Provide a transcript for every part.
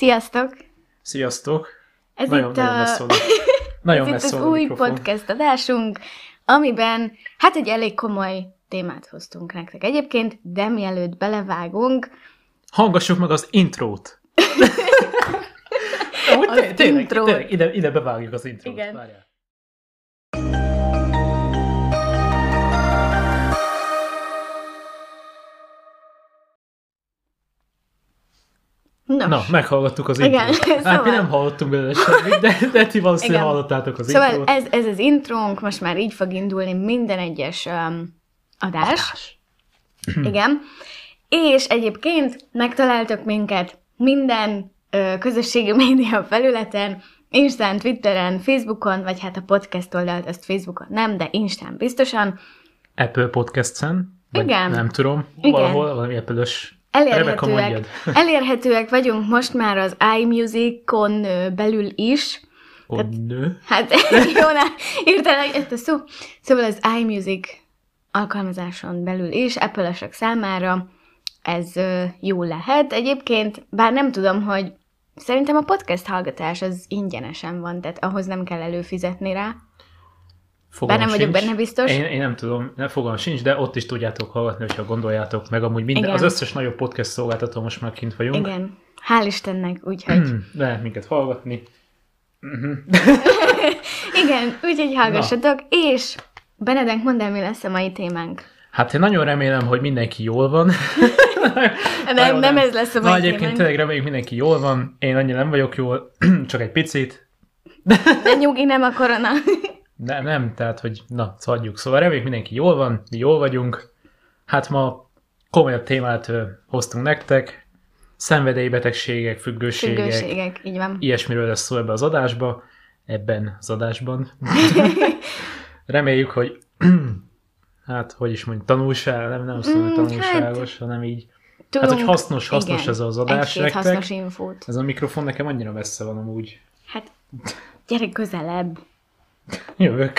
Sziasztok! Sziasztok! Ez nagyon itt az új podcast adásunk, amiben hát egy elég komoly témát hoztunk nektek egyébként, de mielőtt belevágunk... Hallgassuk meg az intrót! Tényleg, ide bevágjuk az intrót. Igen. Várjál. Na, meghallgattuk az intrót. Igen, Hát mi nem hallottunk belőle semmit, de ti valószínűleg hallottátok az intrót. Szóval ez az intrónk, most már így fog indulni minden egyes adás. Igen. És egyébként megtaláltok minket minden közösségi média felületen, Instán, Twitteren, Facebookon, vagy hát a podcast oldalt, ezt Facebookon nem, de Instán biztosan. Apple Podcast-en? Igen. Nem tudom, Igen. valahol valami Apple-ös. Rebecca, mondjad. Elérhetőek vagyunk most már az iMusic-on belül is. Hát jó, írtál ezt a szó. Szóval az iMusic alkalmazáson belül is, Apple-esek számára ez jó lehet. Egyébként, bár nem tudom, hogy szerintem a podcast hallgatás az ingyenesen van, tehát ahhoz nem kell előfizetni rá. Bár nem vagyok benne biztos. Én nem tudom, fogalmam sincs, de ott is tudjátok hallgatni, hogyha gondoljátok meg. Amúgy minden, az összes nagyobb podcast szolgáltató most már kint vagyunk. Igen, hál' Istennek, úgyhogy... Lehet minket hallgatni. Igen, úgyhogy hallgassatok, és Benedek, mondd el, mi lesz a mai témánk. Hát én nagyon remélem, hogy mindenki jól van. nem ez lesz a mai témánk. Egyébként tényleg reméljük, mindenki jól van. Én annyira nem vagyok jól, csak egy picit. De nyugi, nem a korona. Nem, tehát, hogy hagyjuk. Szóval reméljük, mindenki jól van, mi jól vagyunk. Hát ma komolyabb témát hoztunk nektek. Szenvedélybetegségek, függőségek. Így van. Ilyesmiről lesz szó ebben az adásban. Reméljük, hogy hát, hogy is mondjuk, tanulság, nem szóval, hogy tanulságos, hanem így. Hát, hogy hasznos ez az adás nektek. Hasznos infót. Ez a mikrofon nekem annyira messze van amúgy. Hát, gyere közelebb. Jövök.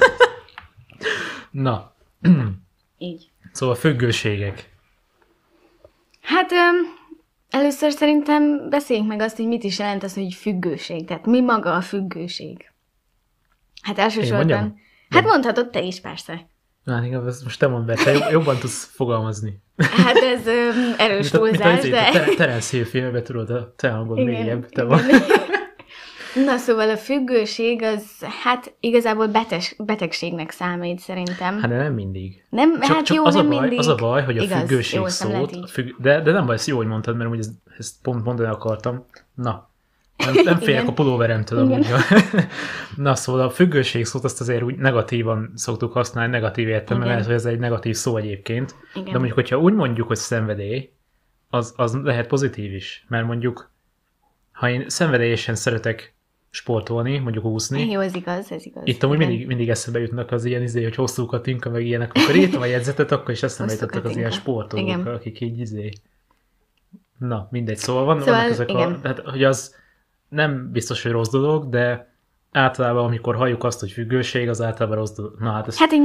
Na. Így. Szóval függőségek. Hát először szerintem beszéljünk meg azt, hogy mit is jelent az, hogy függőség. Tehát mi maga a függőség? Hát elsősorban... Hát mondhatod te is, persze. Na, igen, ezt most te mondd be, te jobban tudsz fogalmazni. Hát ez erős túlzás, de... Terence Hill filmben tudod, a te hangod mélyebb, te van. Na, szóval a függőség az, hát igazából betegségnek számít szerintem. Hát de nem mindig. Nem, hát jó, nem mindig. Az a baj, hogy a igaz, függőség jó, szót, de nem baj, ezt jó, hogy mondtad, mert úgy ezt pont mondani akartam. Na, nem félek a pulóveremtől amúgy. Na, szóval a függőség szót azt azért úgy negatívan szoktuk használni, negatív értelemben, mert hogy ez egy negatív szó egyébként. Igen. De mondjuk, hogyha úgy mondjuk, hogy szenvedély, az lehet pozitív is, mert mondjuk, ha én szenvedélyesen szeretek sportolni, mondjuk úszni. Jó, ez igaz. Itt amúgy mindig eszembe jutnak az ilyen hogy hosszú katinka, meg ilyenek. Akkor írtam a jegyzetet, akkor is eszembe jutottak az ilyen sportolók, akik így Na, mindegy. Szóval vannak ezek tehát, hogy az nem biztos, hogy rossz dolog, de általában, amikor halljuk azt, hogy függőség, az általában rossz dolog. Na, hát egy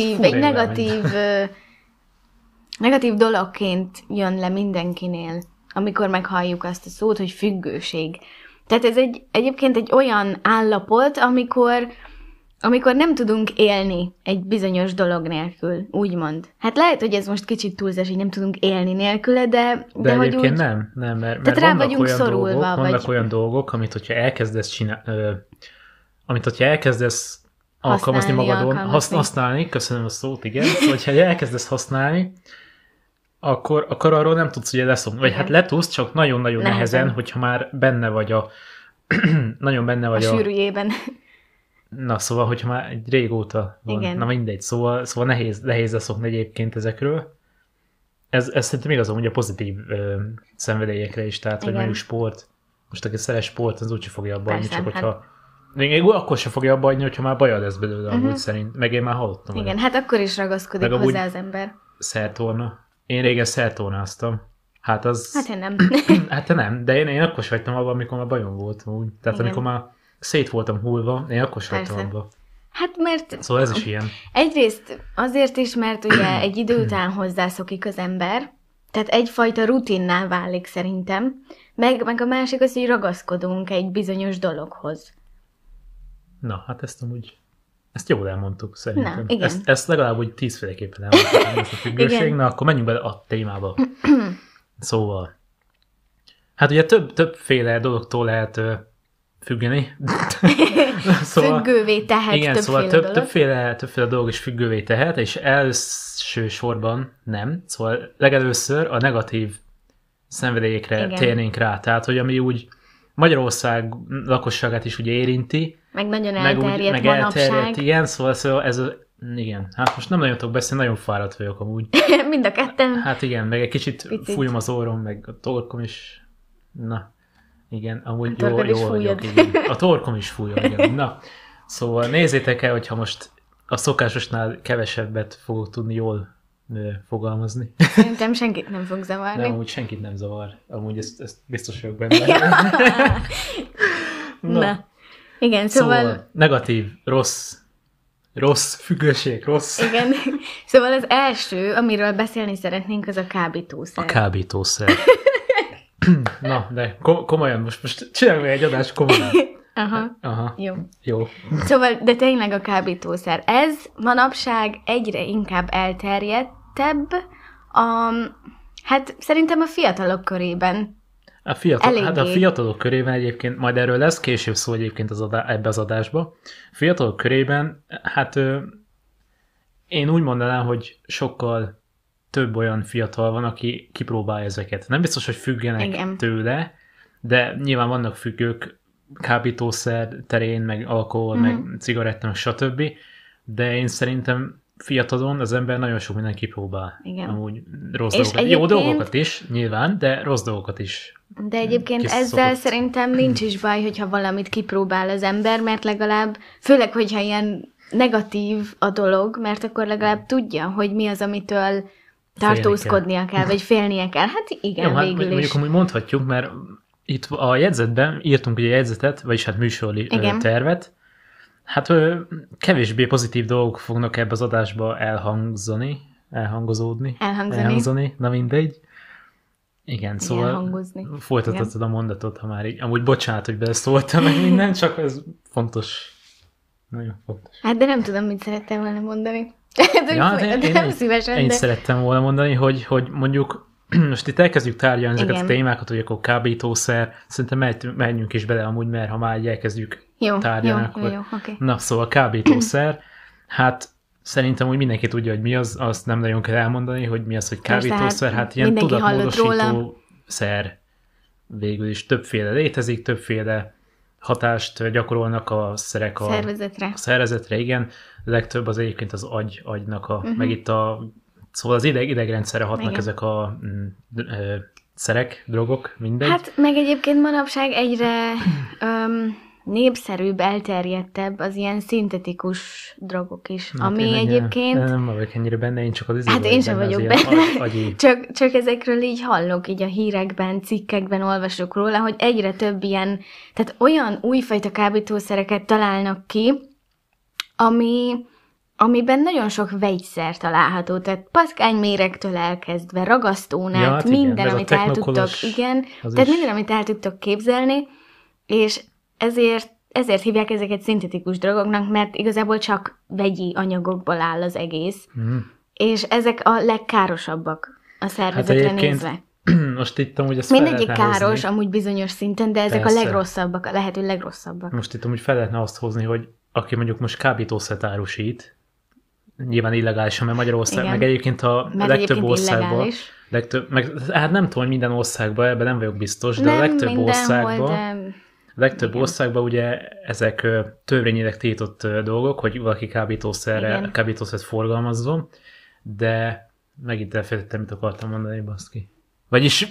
negatív dologként jön le mindenkinél, amikor meghalljuk azt a szót, hogy függőség. Tehát ez egyébként egy olyan állapot, amikor nem tudunk élni egy bizonyos dolog nélkül, úgymond. Hát lehet, hogy ez most kicsit túlzás, hogy nem tudunk élni nélküle, de hogy egyébként úgy... nem, mert vannak olyan dolgok, amit hogyha elkezdesz alkalmazni magadon, használni, köszönöm a szót, igen, hogyha elkezdesz használni, akkor arról nem tudsz ugye leszokni. Vagy hát le tudsz, csak nagyon-nagyon nehezen, hogyha már benne vagy nagyon benne vagy a sűrűjében. Na, szóval, hogyha már egy régóta van. Igen. Na mindegy, szóval nehéz leszokni egyébként ezekről. Ez szerintem igaz, hogy a pozitív szenvedélyekre is, tehát, hogy mondjuk sport. Most aki szeret sport, az úgyse fogja abba hagyni, csak hogyha... Még akkor sem fogja abba hagyni, hogyha már bajad lesz belőle, amúgy szerint. Meg én már hallottam. Igen, hát akkor is ragaszkodik hozzá az ember. Szertorna. Én régen szertornáztam. Hát az... Hát én nem. Hát te nem, de én akkor sem hagytam abba, amikor már bajom volt. Úgy. Tehát igen. Amikor már szét voltam hullva, én akkor sem hagytam abba. Hát mert... Szóval ez is ilyen. Egyrészt azért is, mert ugye egy idő után hozzászokik az ember, Tehát egyfajta rutinná válik szerintem. Meg a másik az, hogy ragaszkodunk egy bizonyos dologhoz. Na, hát ezt jól elmondtuk szerintem. Na, igen. Ezt legalább úgy 10-féleképpen elmondtuk, ezt a függőség. Na, akkor menjünk bele a témába. Szóval, hát ugye többféle dologtól lehet függeni. Szóval, függővé tehet igen, többféle szóval dolog. többféle dolog is függővé tehet, és elsősorban nem. Szóval legelőször a negatív szenvedélyekre térnénk rá. Tehát, hogy ami úgy Magyarország lakosságát is ugye érinti. Meg nagyon elterjedt manapság. Igen, szóval ez igen. Hát most nem nagyon tudok beszélni, nagyon fáradt vagyok amúgy. Mind a ketten. Hát igen, meg egy kicsit fújom az orrom, meg a torkom is. Na, igen, amúgy jól vagyok. Igen. A torkom is fújom, igen. Na, szóval nézzétek el, hogyha most a szokásosnál kevesebbet fogok tudni jól fogalmazni. Szerintem senkit nem fog zavarni. Nem, amúgy senkit nem zavar. Amúgy ezt biztos vagyok benne. Na. Igen, szóval negatív, rossz, függőség, rossz. Igen, szóval az első, amiről beszélni szeretnénk, az a kábítószer. A kábítószer. Na, de komolyan, most csinálj meg egy adást komolyan. Aha. Jó. Szóval, de tényleg a kábítószer. Ez manapság egyre inkább elterjedtebb, hát szerintem a fiatalok körében. A fiatalok körében egyébként, majd erről lesz később szó egyébként ebbe az adásba. A fiatalok körében, hát én úgy mondanám, hogy sokkal több olyan fiatal van, aki kipróbálja ezeket. Nem biztos, hogy függenek tőle, de nyilván vannak függők kábítószer terén, meg alkohol, meg cigaretta, meg stb. De én szerintem fiatalon az ember nagyon sok minden kipróbál. Igen. Amúgy rossz dolgokat. Jó dolgokat is, nyilván, de rossz dolgokat is. De egyébként ezzel szerintem nincs is baj, hogyha valamit kipróbál az ember, mert legalább, főleg, hogyha ilyen negatív a dolog, mert akkor legalább tudja, hogy mi az, amitől tartózkodnia kell, vagy félnie kell. Hát igen, jó, végül hát, is. Mondjuk amúgy mondhatjuk, mert itt a jegyzetben írtunk ugye jegyzetet, vagyis hát műsori tervet. Hát kevésbé pozitív dolgok fognak ebbe az adásba elhangozódni. Na mindegy. Igen, szóval folytatod a mondatot, ha már így. Amúgy bocsánat, hogy beleszóltam meg minden, csak ez fontos. Nagyon fontos. Hát de nem tudom, mit szerettem volna mondani. Én szerettem volna mondani, hogy mondjuk most itt elkezdjük tárgyalni ezeket a témákat, hogy akkor kábítószer, szerintem menjünk is bele amúgy, mert ha már így elkezdjük tárgyalni, akkor... Jó, okay. Na, szóval kábítószer, hát szerintem úgy mindenki tudja, hogy mi az, azt nem nagyon kell elmondani, hogy mi az, hogy kábítószer, hát ilyen tudatmódosító szer végül is többféle létezik, többféle hatást gyakorolnak a szerek a szervezetre, igen. Legtöbb az egyébként az agynak, meg itt szóval az idegrendszerre hatnak igen. Ezek a szerek, drogok, mindegy. Hát meg egyébként manapság egyre népszerűbb, elterjedtebb az ilyen szintetikus drogok is, na, ami egyébként... Nem vagyok ennyire benne, én csak az Hát én sem vagyok benne, csak ezekről így hallok, így a hírekben, cikkekben olvasok róla, hogy egyre több ilyen, tehát olyan újfajta kábítószereket találnak ki, amiben nagyon sok vegyszer található, tehát paszkányméregtől elkezdve, ragasztónát, hát minden, amit el tudtok, tehát minden, amit el tudtok képzelni, és ezért hívják ezeket szintetikus drogoknak, mert igazából csak vegyi anyagokból áll az egész, és ezek a legkárosabbak a szervezetre nézve. Most itt amúgy ezt mindegyik káros, amúgy bizonyos szinten, de ezek persze. A legrosszabbak, a lehető legrosszabbak. Most itt amúgy fel lehetne azt hozni, hogy aki mondjuk most kábítószert árusít, nyilván illegálisan, mert Magyarország, igen. Meg egyébként a legtöbb országban, hát nem tudom, hogy minden országban, ebben nem vagyok biztos, de nem a legtöbb országban ugye ezek törvényileg tiltott dolgok, hogy valaki kábítószert forgalmazzon, de megint elfelejtettem, mit akartam mondani, baszki. Vagyis...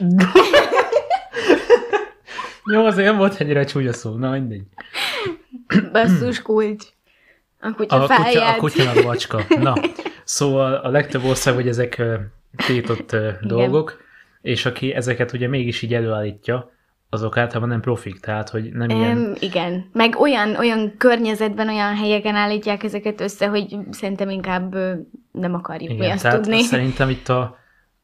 Jó, azért nem volt ennyire csúnya szó, na mindegy. Basszus kulcs. A kutya a kutya a vacska. Na, szóval a legtöbb ország, hogy ezek tiltott dolgok, és aki ezeket ugye mégis így előállítja, azok általában nem profik, tehát hogy nem ilyen... Igen, meg olyan környezetben, olyan helyeken állítják ezeket össze, hogy szerintem inkább nem akarjuk mi azt tudni. Szerintem itt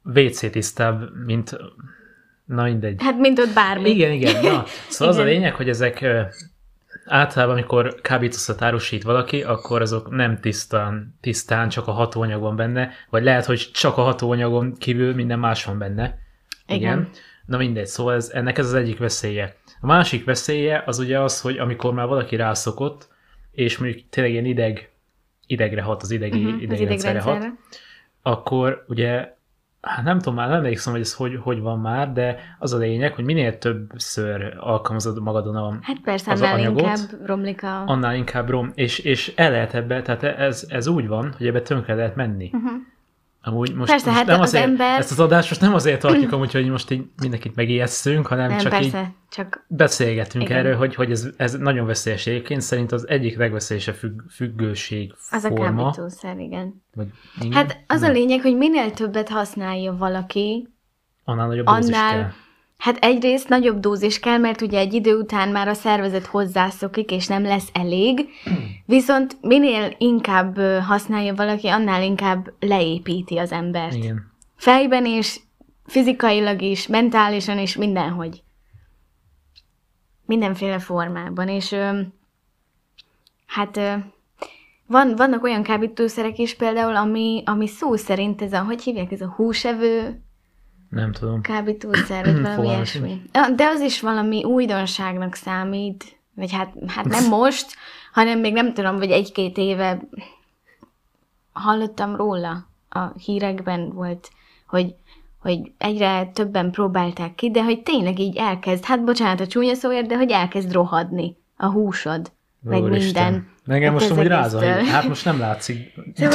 WC tisztább, mint... Na mindegy. Hát mint ott bármi. Igen. Na, szóval az a lényeg, hogy ezek általában, amikor kábítószert árusít valaki, akkor azok nem tisztán csak a hatóanyag van benne, vagy lehet, hogy csak a hatóanyagon kívül minden más van benne. Igen. Na mindegy, szóval ennek ez az egyik veszélye. A másik veszélye az ugye az, hogy amikor már valaki rászokott, és mondjuk tényleg ilyen idegre hat, az idegrendszerre hat, akkor ugye, hát nem tudom, már nem emlékszem, hogy ez hogy van már, de az a lényeg, hogy minél többször alkalmazod magadon hát persze, az annál anyagot, inkább romlik annál inkább és el lehet ebbe, tehát ez úgy van, hogy ebbe tönkre lehet menni. Amúgy persze, hát nem azért, ember... ezt az adást most nem azért tartjuk amúgy, hogy most így mindenkit megijesszünk, hanem nem, csak persze, így csak... beszélgetünk igen. Erről, hogy ez nagyon veszélyes egyébként. Szerint az egyik legveszélyesebb függőség az forma. Az a kábítószer, igen. Hát az a lényeg, hogy minél többet használja valaki, annál nagyobb dózis kell. Hát egyrészt nagyobb dózis kell, mert ugye egy idő után már a szervezet hozzászokik, és nem lesz elég, viszont minél inkább használja valaki, annál inkább leépíti az embert. Igen. Fejben is, fizikailag is, mentálisan is, mindenhogy. Mindenféle formában, és hát vannak olyan kábítószerek is például, ami szó szerint ez hogy hívják, ez a húsevő, nem tudom. Kábítószer, vagy valami ilyesmi. De az is valami újdonságnak számít, vagy hát nem most, hanem még nem tudom, vagy 1-2 éve hallottam róla. A hírekben volt, hogy egyre többen próbálták ki, de hogy tényleg így elkezd, hát bocsánat a csúnya szóért, de hogy elkezd rohadni a húsod, meg minden. Engem most amúgy ráza, hát most nem látszik.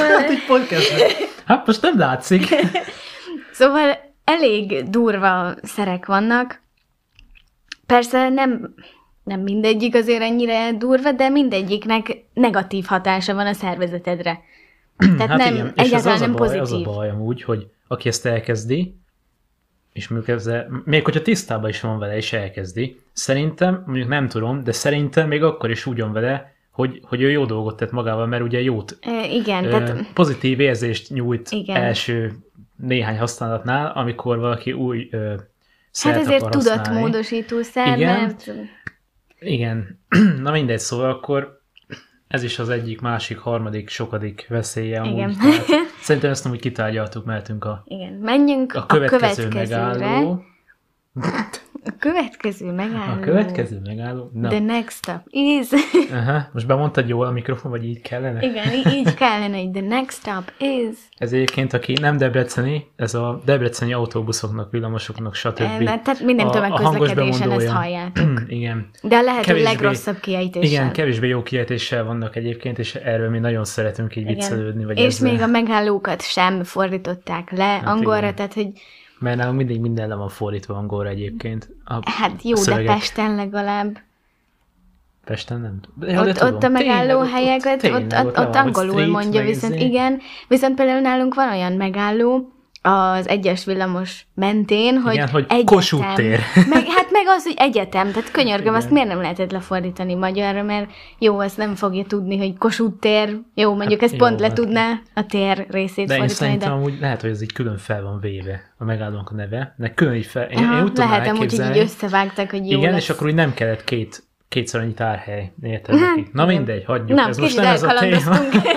Hát most nem látszik. Szóval elég durva szerek vannak. Persze nem mindegyik azért ennyire durva, de mindegyiknek negatív hatása van a szervezetedre. Tehát hát nem, igen. Egyáltalán nem pozitív. Az a baj amúgy, hogy aki ezt elkezdi, és mondjuk még hogyha tisztában is van vele, és elkezdi, szerintem, mondjuk nem tudom, de szerintem még akkor is úgy van vele, hogy ő jó dolgot tett magával, mert ugye jót, igen, tehát... pozitív érzést nyújt igen. első néhány használatnál, amikor valaki új szert hát ezért akar használni. tudatmódosító szer, igen. mert... Igen. Na mindegy, szóval akkor ez is az egyik, másik, harmadik, sokadik veszélye amúgy. Igen. Szerintem ezt amúgy kitárgyaltuk, mehetünk igen. Menjünk a következő megálló. A következő megálló. A következő megálló? No. The next stop is... Aha, most bemondtad jól a mikrofon, vagy így kellene? Igen, így kellene, hogy the next stop is... Ez egyébként, aki nem debreceni, ez a debreceni autóbuszoknak, villamosoknak, stb. Tehát minden tömegközlekedésen ezt halljátok. Igen. De a lehető legrosszabb kiejtéssel. Igen, kevésbé jó kiejtéssel vannak egyébként, és erről mi nagyon szeretünk így viccelődni. Vagy és ezzel. még a megállókat sem fordították le hát angolra, igen. Tehát hogy... Mert nálunk mindig minden le van fordítva angolra egyébként. Hát jó, szövegek. De Pesten legalább. Pesten nem? Ott a megálló helyeket, ott angolul mondja, viszont igen. Viszont például nálunk van olyan megálló, az egyes villamos mentén, hogy igen, hogy egyetem. Kossuth tér. meg az, hogy egyetem. Tehát könyörgöm, azt miért nem lehetett lefordítani magyarra, mert jó, azt nem fogja tudni, hogy Kossuth tér. Jó, mondjuk hát ezt jó, pont le tudná a tér részét de fordítani. Én szerintem amúgy lehet, hogy ez így külön fel van véve a megállónak a neve. De külön így fel. Én úgy tudom lehet amúgy, hogy így összevágták, hogy jó igen, lesz. És akkor úgy nem kellett kétszer annyi tárhely. Érted neki? Na mindegy, hagyjuk. Na, ez most nem ez a téma.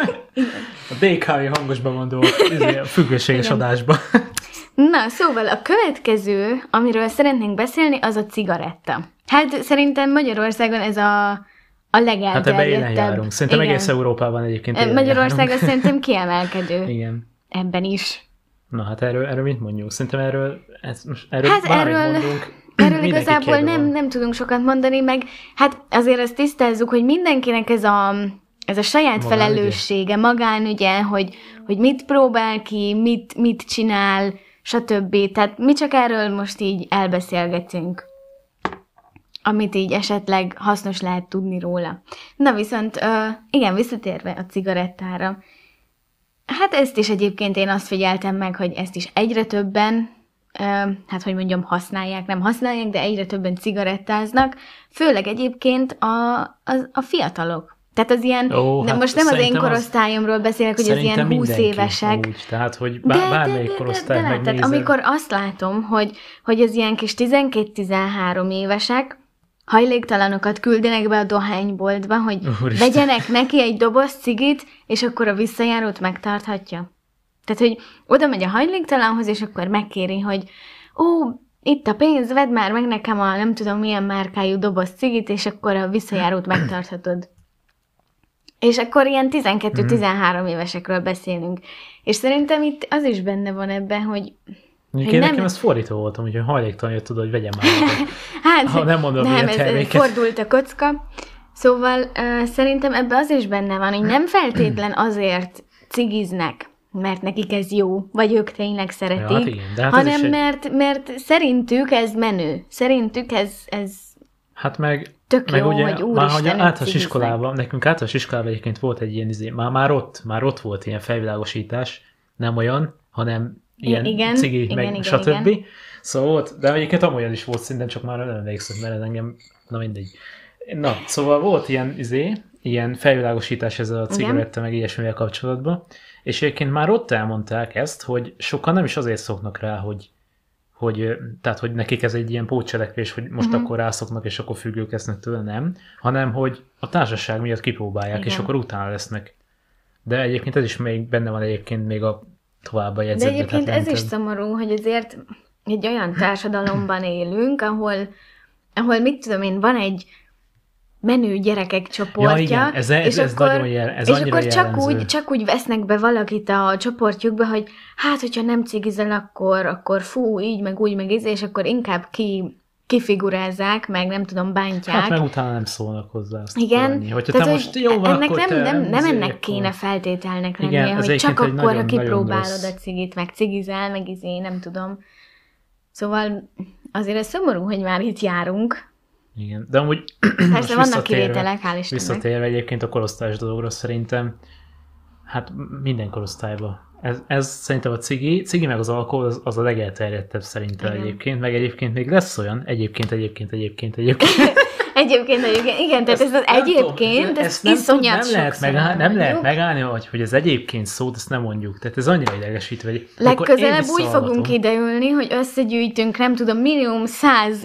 A DKV hangosban mondó a függőséges adásban. Na, szóval a következő, amiről szeretnénk beszélni, az a cigaretta. Hát szerintem Magyarországon ez a legelterjedtebb. Hát ebben élen járunk. Szerintem igen. Egész Európában egyébként Magyarországon szerintem kiemelkedő. Igen. Ebben is. Na hát erről mit mondjuk? Szerintem erről hát erről igazából nem tudunk sokat mondani, meg hát azért ezt tisztázzuk, hogy mindenkinek ez a saját felelőssége, magánügye, hogy mit próbál ki, mit csinál, stb. Tehát mi csak erről most így elbeszélgetünk, amit így esetleg hasznos lehet tudni róla. Na viszont, igen, visszatérve a cigarettára, hát ezt is egyébként én azt figyeltem meg, hogy ezt is egyre többen, hát hogy mondjam, nem használják, de egyre többen cigarettáznak, főleg egyébként a fiatalok. Tehát az ilyen, hát most nem az én korosztályomról beszélek, hogy az ilyen 20 évesek. Úgy, tehát, hogy bármelyik korosztály megnézel. Tehát amikor azt látom, hogy az ilyen kis 12-13 évesek hajléktalanokat küldenek be a dohányboltba, hogy vegyenek neki egy doboz cigit, és akkor a visszajárót megtarthatja. Tehát, hogy oda megy a hajléktalanhoz, és akkor megkéri, hogy itt a pénz, vedd már meg nekem a nem tudom milyen márkájú doboz cigit, és akkor a visszajárót megtarthatod. És akkor ilyen 12-13 évesekről beszélünk. És szerintem itt az is benne van ebben, hogy nekem ez fordító voltam, úgyhogy hajléktalan jött, hogy vegyem már. Hát, ha nem mondom, nem, ez fordult a kocka. Szóval szerintem ebben az is benne van, hogy nem feltétlen azért cigiznek, mert nekik ez jó, vagy ők tényleg szeretik, ja, hát igen, hanem mert szerintük ez menő. Szerintük ez hát meg tök jó, ugye, hogy úristen, hogy általános iskolában, nekünk általános iskolában egyébként volt egy ilyen már ott volt ilyen felvilágosítás, nem olyan, hanem ilyen cigi, meg stb. Igen. Szóval volt, de egyébként amolyan is volt szinten, csak már nem emlékszem, mert ez engem, na mindegy. Na, szóval volt ilyen felvilágosítás ezzel a cigaretta, meg ilyesmivel kapcsolatban, és egyébként már ott elmondták ezt, hogy sokan nem is azért szoknak rá, tehát, hogy nekik ez egy ilyen pótcselekvés, hogy most akkor rászoknak, és akkor függők lesznek tőle, nem, hanem, hogy a társaság miatt kipróbálják, igen. És akkor utána lesznek. De egyébként ez is még benne van egyébként még a tovább a jegyzetben. De egyébként ez is szomorú, hogy azért egy olyan társadalomban élünk, ahol mit tudom én, van egy menő gyerekek csoportja, ja, igen, és akkor csak úgy vesznek be valakit a csoportjukba, hogy hát, hogyha nem cigizel, akkor fú, így, meg úgy, meg és akkor inkább kifigurázzák, meg nem tudom, bántják. Hát meg utána nem szólnak hozzá. Igen, hogyha te most jó van, ennek akkor nem ennek kéne feltételnek lennie, igen, hogy csak akkor, ha kipróbálod a cigit, meg cigizel, meg nem tudom. Szóval azért ez szomorú, hogy már itt járunk. Igen, de amúgy persze vannak kivételek, hál' Istennek. Visszatérve egyébként a korosztályos dologra szerintem, hát minden korosztályban. Ez szerintem a cigi meg az alkohol az a legelterjedtebb szerintem egyébként, meg egyébként még lesz olyan, egyébként. Egyébként, igen, tehát ez az egyébként, ez iszonyat sokszor. Nem lehet megállni, hogy az egyébként szót, ezt nem mondjuk. Tehát ez annyira idegesítve. Legközelebb úgy fogunk ideülni, hogy összegyűjtünk, nem tudom, 1.100.000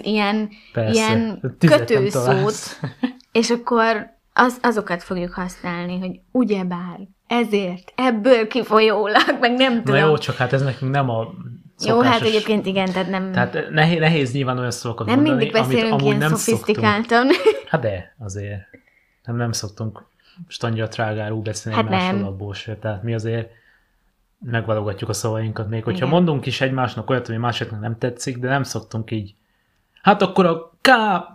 ilyen kötőszót, és akkor azokat fogjuk használni, hogy ugyebár, ezért, ebből kifolyólag, meg nem tudom. Na jó, csak hát ez nekünk nem a szokásos... Jó, hát egyébként igen, tehát nem... Tehát nehéz nyilván olyan szavakat nem mondani, mindig beszélünk ilyen szofisztikáltan. Hát de, azért. Nem szoktunk most annyira trágáról beszélni hát egymásról abból se. Tehát mi azért megvalogatjuk a szavainkat. Még hogyha mondunk is egymásnak olyat, ami másiknak nem tetszik, de nem szoktunk így. Hát akkor a K...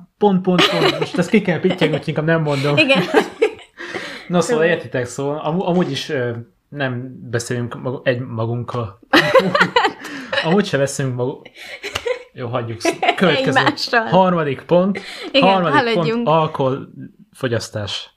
most ezt ki kell pittyegni, hogy inkább nem mondom. Igen. Na szóval értitek, szóval amúgy is nem beszélünk magunkkal. Amúgy se veszünk magunk. Jó, hagyjuk. Következő. Harmadik pont. Igen, haladjunk. Alkoholfogyasztás.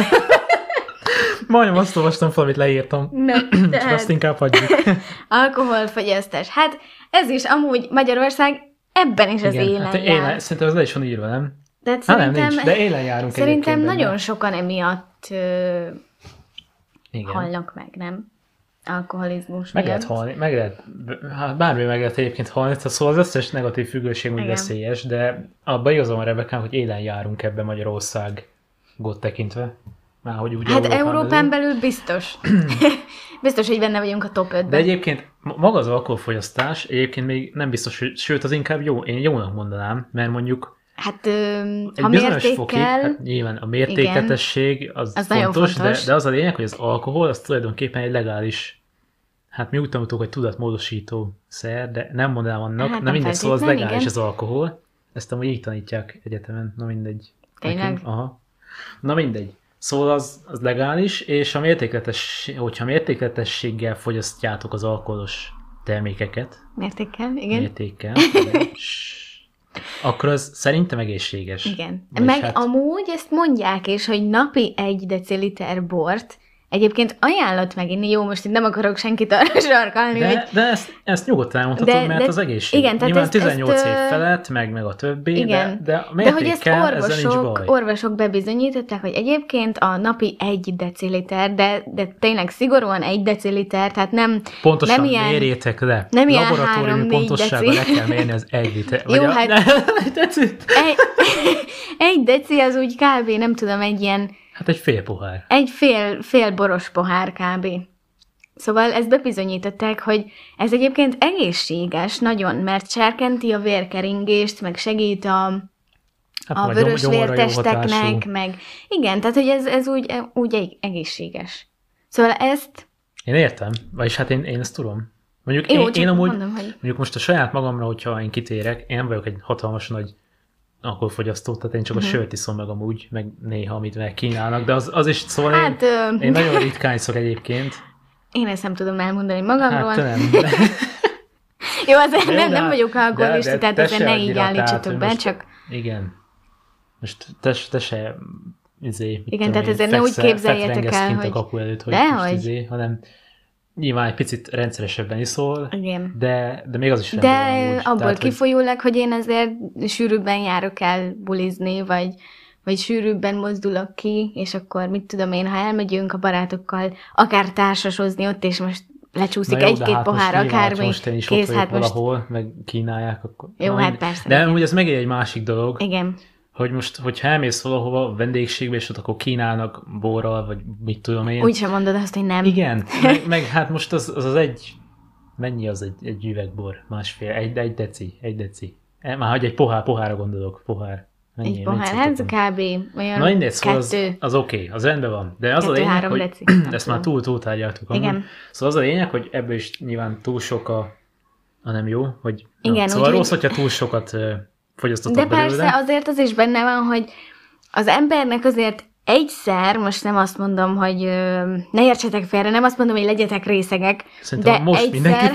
Majdnem azt olvastam fel, amit leírtam. Csak azt inkább hagyjuk. Alkoholfogyasztás. Hát ez is amúgy Magyarország ebben is az élen jár. Szerintem ez le is van írva, nem? Nem, nincs, de élen járunk. Szerintem nagyon sokan emiatt halnak meg, nem? Alkoholizmus meg lehet halni, bármi meg lehet egyébként halni, szóval az összes negatív függőség úgy veszélyes, de abban igazán van Rebekán, hogy élen járunk ebben Magyarországot tekintve. Már, hogy úgy hát Európán belül biztos. Biztos, hogy benne vagyunk a top 5-ben. De egyébként maga az alkoholfogyasztás egyébként még nem biztos, hogy, sőt az inkább jó, én jónak mondanám, mert mondjuk hát ha mértékkel... Fokig, hát nyilván a mértékletesség az fontos, de az a lényeg, hogy az alkohol az tulajdonképpen egy legális, hát mi úgy tanultuk, hogy tudatmódosító szer, de nem mondanám annak, hát nem mindegy, szóval az legális igen. Az alkohol. Ezt amúgy így tanítják egyetemen, na mindegy. Tényleg? Aha. Na mindegy. Szóval az legális, és hogyha mértékletességgel fogyasztjátok az alkoholos termékeket. Mértékkel, igen. Mértékkel. Akkor az szerintem egészséges. Igen. Meg hát... amúgy ezt mondják is, hogy napi 1 deciliter bort Egyébként ajánlott meginni, jó, most itt nem akarok senkit arra sarkalni, de ezt nyugodtan elmondhatod, mert az egészség. Igen, nyilván 18 év felett, meg a többi, igen. de a mértékkel ezzel nincs baj. Orvosok bebizonyították, hogy egyébként a napi 1 deciliter, de tényleg szigorúan 1 deciliter, tehát nem pontosan nem ilyen, mérjétek le. Nem ilyen laboratóriumi pontossággal le kell mérni az 1 liter. Jó, hát egy deci az úgy kb. Nem tudom, egy ilyen hát egy fél pohár. Egy fél boros pohár kb. Szóval ezt bebizonyították, hogy ez egyébként egészséges nagyon, mert serkenti a vérkeringést, meg segít a vörös vértesteknek, meg igen, tehát hogy ez úgy egészséges. Szóval ezt... Én értem, vagyis hát én ezt tudom. Mondjuk jó, én amúgy, mondom, hogy... mondjuk most a saját magamra, hogyha én kitérek, én nem vagyok egy hatalmas nagy alkoholfogyasztó, tehát én csak a sört iszom meg amúgy, meg néha, amit meg kínálnak, de az is, szóval hát, én nagyon ritkán iszok egyébként. Én ezt nem tudom elmondani magamról. Hát nem. Jó, azért nem vagyok alkoholista, tehát azért ne így állítsatok be, csak... Igen. Most te se igen, tehát ezért ne úgy képzeljétek el, hogy... a kapu előtt, hogy dehogy. hanem nyilván egy picit rendszeresebben iszol, igen. De még az is rendben van amúgy. Abból tehát, kifolyólag, hogy én azért sűrűbben járok el bulizni, vagy sűrűbben mozdulok ki, és akkor mit tudom én, ha elmegyünk a barátokkal, akár társasozni ott, és most lecsúszik egy-két pohár, akármi. Most én is kész, ott vagyok valahol, meg kínálják, akkor... Jó, hát persze. De amúgy ez megint egy másik dolog. Igen. Hogy most, hogyha elmész valahova vendégségbe, és ott akkor kínálnak borral, vagy mit tudom én. Úgy sem mondod azt, hogy nem. Igen, meg hát most az egy, mennyi az egy üvegbor? Másfél, egy deci. Már hogy egy pohárra gondolok, pohár. Mennyi, egy pohár, hát kb. Olyan na mindegy, szóval 2. az oké, az rendben van. De az 2, a lényeg, hogy deci, ezt már túl tárgyaltuk amúgy. Igen. Szóval az a lényeg, hogy ebből is nyilván túl sok a nem jó, hogy igen, szóval rossz, hogyha túl sokat fogyasztottak belőle. De persze azért az is benne van, hogy az embernek azért egyszer, most nem azt mondom, hogy ne értsetek félre, nem azt mondom, hogy legyetek részegek, szerintem de most egyszer,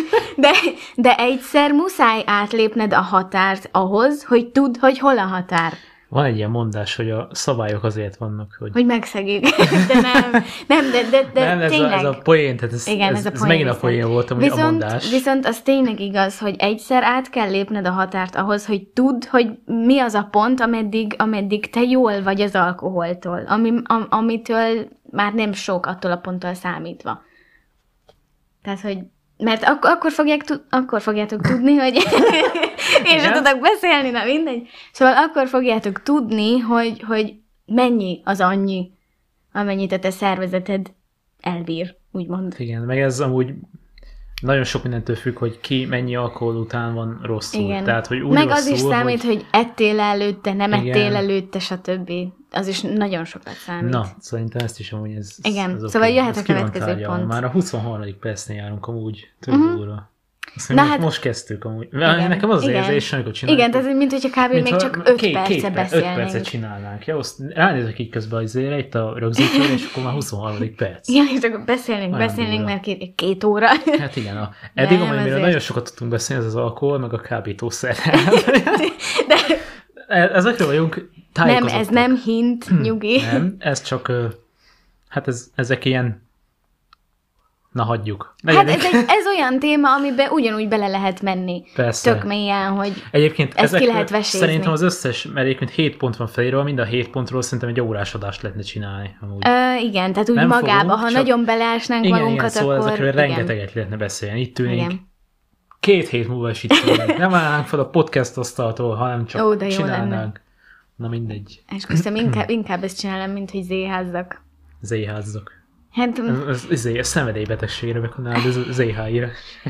de egyszer muszáj átlépned a határt ahhoz, hogy tudd, hogy hol a határ. Van egy ilyen mondás, hogy a szabályok azért vannak, hogy megszegik. De nem, tényleg. Ez a poén, tehát ez megint a poén volt, amúgy a mondás. Viszont az tényleg igaz, hogy egyszer át kell lépned a határt ahhoz, hogy tudd, hogy mi az a pont, ameddig te jól vagy az alkoholtól, amitől már nem sok attól a ponttól számítva. Tehát, hogy mert akkor fogjátok tudni, hogy én sem tudok beszélni, na mindegy. Szóval akkor fogjátok tudni, hogy mennyi az annyi, amennyit a te szervezeted elbír, úgymond. Igen, meg ez amúgy nagyon sok mindentől függ, hogy ki mennyi alkohol után van rosszul. Igen. Tehát, hogy úgy meg rosszul, az is számít, hogy ettél előtte, nem ettél előtte, stb. Az is nagyon sokat számít. Na, szerintem ezt is amúgy ez igen, ez szóval okay. jöhet a következő pont. Már a 23. percnél járunk amúgy, több óra. Most kezdtük amúgy. Igen, nekem az érzés, amikor csináljuk. Igen, tehát mint hogyha kb. Még csak 5 perce beszélnénk. 5 percet csinálnánk. Ja, ránézek így közben az ére, itt a rögzítőn, és akkor már 23. perc. Igen, és akkor beszélnénk, mert 2 óra. Hát igen, eddig amúgy nagyon sokat tudtunk beszélni, ez az alkohol, meg a kábítószer. De ezekről vagyunk tájékozottak. Nem, ez nem hint, nyugi. Nem, ez csak, hát ezek ilyen, na hagyjuk. Hát ez olyan téma, amiben ugyanúgy bele lehet menni. Persze. Tök mélyen, hogy egyébként ezt ki lehet vesézni. Szerintem az összes, mert egyébként 7 pont van felírva, mind a 7 pontról szerintem egy órás adást lehetne csinálni. Igen, tehát úgy nem magába, ha nagyon beleásnánk magunkat, igen, szóval akkor... ezekről rengeteget lehetne beszélni. Itt ülnénk. 2 hét múlva is itt ülnénk. Nem állnánk fel a podcast asztaltól, hanem csak csinálnánk. Na mindegy. És köztem inkább ezt csinálom, mint hogy zéházzak. Zéházzak. Hát, ez szenvedélybetegségre meghonálod, ez ZH-írás.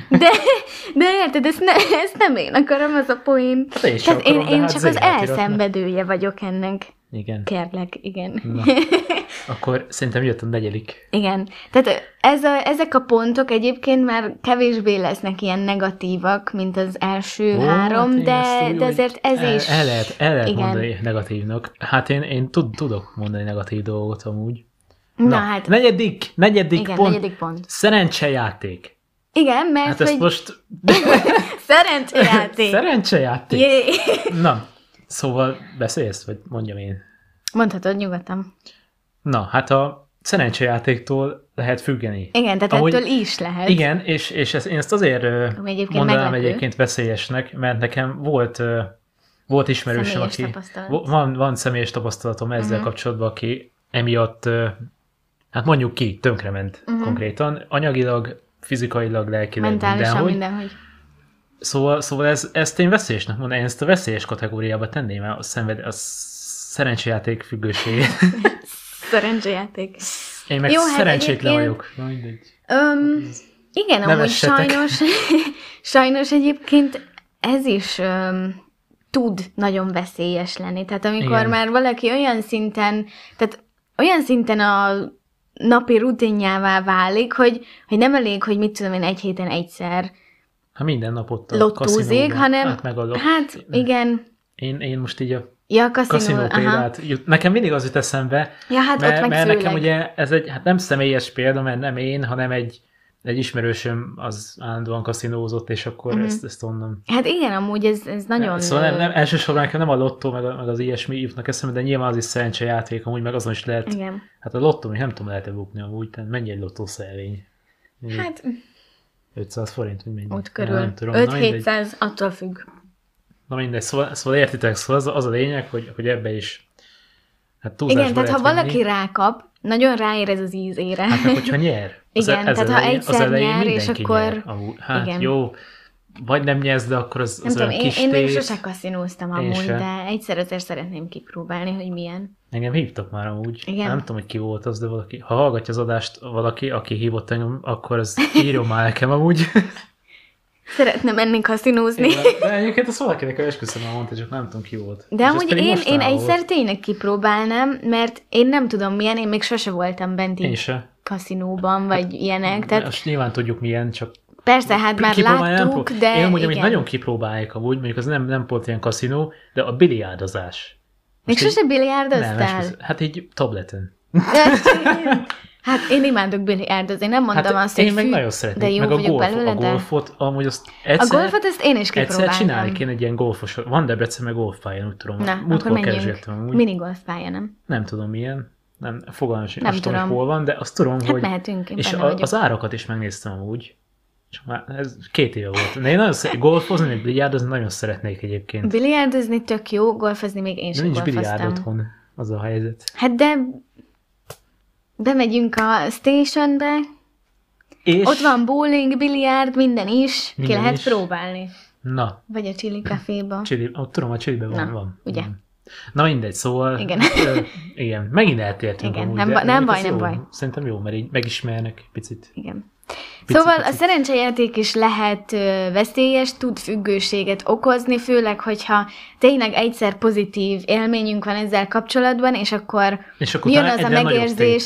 De érted, ezt nem én akarom, az a poén. Hát én csak az elszenvedője vagyok ennek. Igen. Kérlek, igen. Na, akkor szerintem jött a 4. Igen. Tehát ezek a pontok egyébként már kevésbé lesznek ilyen negatívak, mint az első 3, de azért ez is... El lehet mondani negatívnak. Hát én tudok mondani negatív dolgot amúgy. Na hát. Negyedik igen, pont. 4. pont. Szerencsejáték. Igen, mert hát ezt most... Szerencsejáték. Szerencsejáték. Na, szóval beszélsz, vagy mondjam én? Mondhatod nyugodtan. Na, hát szerencsejátéktól lehet függeni. Igen, tehát ettől is lehet. Igen, és én ezt azért mondanám egyébként veszélyesnek, mert nekem volt ismerősöm, aki van személyes tapasztalatom ezzel kapcsolatban, aki emiatt, hát mondjuk ki, tönkrement konkrétan, anyagilag, fizikailag, lelkileg, mindenhogy. Szóval ezt én veszélyesnek mondom, én ezt a veszélyes kategóriába tenném el, a szerencsejáték függőség. Szerencsejáték. Én meg jó, szerencsétlen vagyok. Igen, amúgy sajnos egyébként ez is tud nagyon veszélyes lenni. Tehát amikor már valaki olyan szinten a napi rutinjává válik, hogy nem elég, hogy mit tudom én, egy héten egyszer minden nap ott a lottúzik, hanem hát igen. Én most így a kaszinó példát. Nekem mindig az jut eszembe, mert nekem ugye ez egy, hát nem személyes példa, mert nem én, hanem egy ismerősöm az állandóan kaszinózott, és akkor ezt onnan. Hát igen, amúgy ez nagyon... Szóval nem, elsősorban nekem nem a lottó, meg az ilyesmi jutnak eszembe, de nyilván az is szerencsejáték, amúgy meg azon is lehet. Igen. Hát a lottó, még nem tudom, lehet-e bukni amúgy, tehát mennyi egy lottószervény? Hát... 500 forint, hogy mennyi? Ott körül. 5-700, attól függ. Na mindegy, szóval értitek, szóval az a lényeg, hogy ebbe is hát túlzásba. Igen, tehát ha valaki rákap, nagyon ráérez az ízére. Hát meg hogyha nyer. Igen, tehát ha egyszer nyer, és akkor... Hát igen. Jó, vagy nem nyersz, de akkor az nem olyan tudom, kis én még sose kaszinóztam amúgy, de egyszer azért szeretném kipróbálni, hogy milyen. Engem hívtak már amúgy. Igen. Nem tudom, hogy ki volt az, de valaki. Ha hallgatja az adást valaki, aki hívott engem, akkor az írjon már nekem amúgy. Szeretne menni kaszinózni. De egyébként azt valakinek esküszöm, mondta, csak nem tudom, ki volt. De amúgy én egyszer tényleg kipróbálnám, mert én nem tudom milyen, én még sose voltam bent így kaszinóban, vagy ilyenek. Tehát... Most nyilván tudjuk milyen, csak persze, hát már láttuk, de én amúgy, amit nagyon kipróbálják amúgy, mondjuk az nem volt ilyen kaszinó, de a biliárdozás. Még sose biliárdoztál? Hát így tableten. Hát én imádok biliárdozni, nem mondom azt, hogy én meg nagyon szeretnék, de jó meg a golfot, amúgy azt egyszer... A golfot ezt én is kipróbálnám. Egyszer csinálni kéne egy ilyen golfos, van Debrecen meg golfpályán, úgy tudom. Na, akkor menjünk. Minigolfpálya, nem? Nem tudom milyen, fogalmam sem, nem tudom, hol van, de azt tudom, hogy... mehetünk, és az árakat is megnéztem amúgy. Csak már ez 2 éve volt. De én nagyon golfozni, meg biliárdozni nagyon szeretnék egyébként. Biliárdozni tök jó, golfozni még én sem golfoztam. Nincs biliárd otthon, az a helyzet. Hát de bemegyünk a stationbe, és ott van bowling, biliárd, minden is, ki lehet próbálni. Na. Vagy a Chili Caféba. Ott tudom, a Chiliben van. Ugye? Na mindegy, szóval... Igen. Igen, megint eltértünk igen, amúgy. Nem baj. Szerintem jó, mert így megismernek picit. Igen. Szóval a szerencsejáték is lehet veszélyes, tud függőséget okozni, főleg, hogyha tényleg egyszer pozitív élményünk van ezzel kapcsolatban, és akkor jön az a megérzés,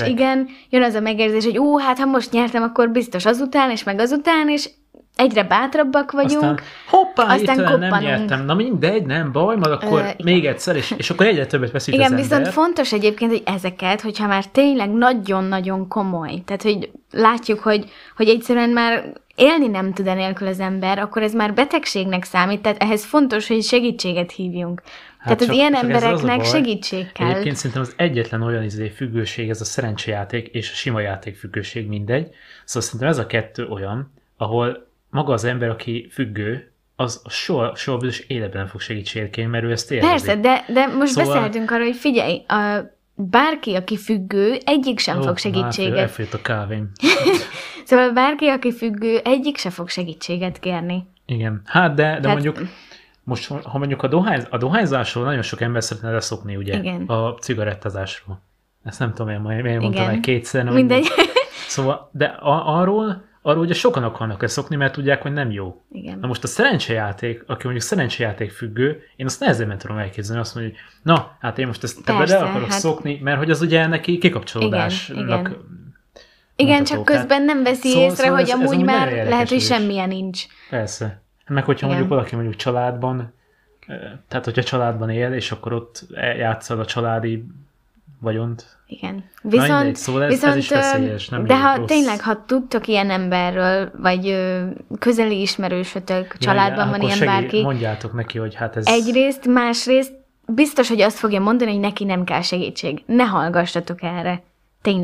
hogy hát ha most nyertem, akkor biztos azután, és meg azután, és egyre bátrabbak vagyunk. Aztán nem nyertem. Na mindegy, nem baj, majd akkor még egyszer, és akkor egyre többet veszít az ember. Viszont fontos egyébként, hogy ezeket, hogyha már tényleg nagyon-nagyon komoly, tehát hogy látjuk, hogy egyszerűen már élni nem tud enélkül az ember, akkor ez már betegségnek számít, tehát ehhez fontos, hogy segítséget hívjunk. Tehát az ilyen embereknek segítség kell. Egyébként szerintem az egyetlen olyan függőség, ez a szerencsejáték és a sima játék függőség, mindegy. Szóval szerintem ez a 2 olyan, ahol maga az ember, aki függő, az soha biztos életben nem fog segítséget kérni, mert ő ezt érzi. Persze, de most beszéltünk arra, hogy figyelj, bárki, aki függő, egyik sem fog segítséget. Elfogyott a kávém. Szóval bárki, aki függő, egyik sem fog segítséget kérni. Igen. Hát de mondjuk, most, ha mondjuk a dohányzásról nagyon sok ember szeretne leszokni, ugye? Igen. A cigarettázásról. Ezt nem tudom, miért mondtam el 2-szer. Mindegy. Szóval, de arról ugye sokan akarnak leszokni, mert tudják, hogy nem jó. Igen. Na most a szerencsejáték, aki mondjuk szerencsejáték függő, én azt nehezebben tudom elképzelni, azt mondja, hogy na, hát én most ezt le akarok szokni, mert hogy az ugye neki kikapcsolódásnak. Igen, csak közben nem veszi észre, hogy amúgy már lehet, hogy semmilyen nincs. Persze. Meg hogyha mondjuk valaki mondjuk családban, tehát hogyha családban él, és akkor ott játszol a családi vagyont. Igen. Viszont ez is veszélyes, nem de ha tényleg, ha tudtok ilyen emberről, vagy közeli ismerősötök, családban van ilyen bárki. Mondjátok neki, hogy hát ez... Egyrészt, másrészt biztos, hogy azt fogja mondani, hogy neki nem kell segítség. Ne hallgassatok erre. Tényleg.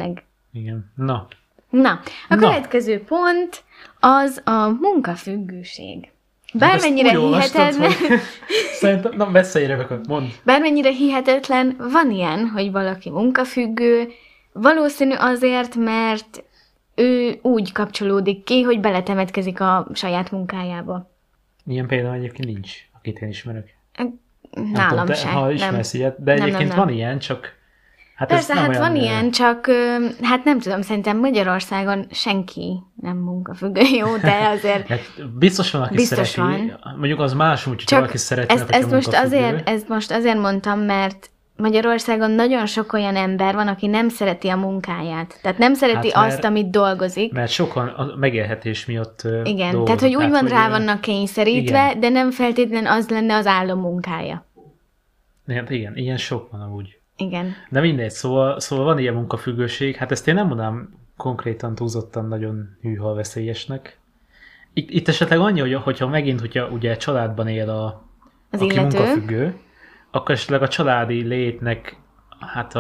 Igen. Na, a következő pont az a munkafüggőség. Bármennyire hihetetlen... Szerintem, na beszélj, Rebeka, mondd. Bármennyire hihetetlen, van ilyen, hogy valaki munkafüggő, valószínű azért, mert ő úgy kapcsolódik ki, hogy beletemetkezik a saját munkájába. Ilyen például egyébként nincs, akit én ismerek. Nálam sem. Ha ismersz ilyet, de egyébként van ilyen, csak... Hát persze, hát van ilyen, csak hát nem tudom, szerintem Magyarországon senki nem munkafüggő, jó, de azért... Hát biztos van, aki biztos szereti. Van. Mondjuk az más, hogy csak valaki szeretne, ezt most azért mondtam, mert Magyarországon nagyon sok olyan ember van, aki nem szereti a munkáját. Tehát nem szereti azt, amit dolgozik. Mert sokan a megélhetés miatt igen, dolgoznak. tehát hogy úgymond rá vannak kényszerítve, igen. De nem feltétlenül az lenne az álló munkája. Igen, ilyen sok van amúgy. Igen. De mindegy, szóval van ilyen munkafüggőség. Hát ezt én nem mondanám konkrétan túlzottan nagyon hűha veszélyesnek. Itt esetleg annyi, hogyha ugye családban él aki illető. Munkafüggő, akkor esetleg a családi létnek hát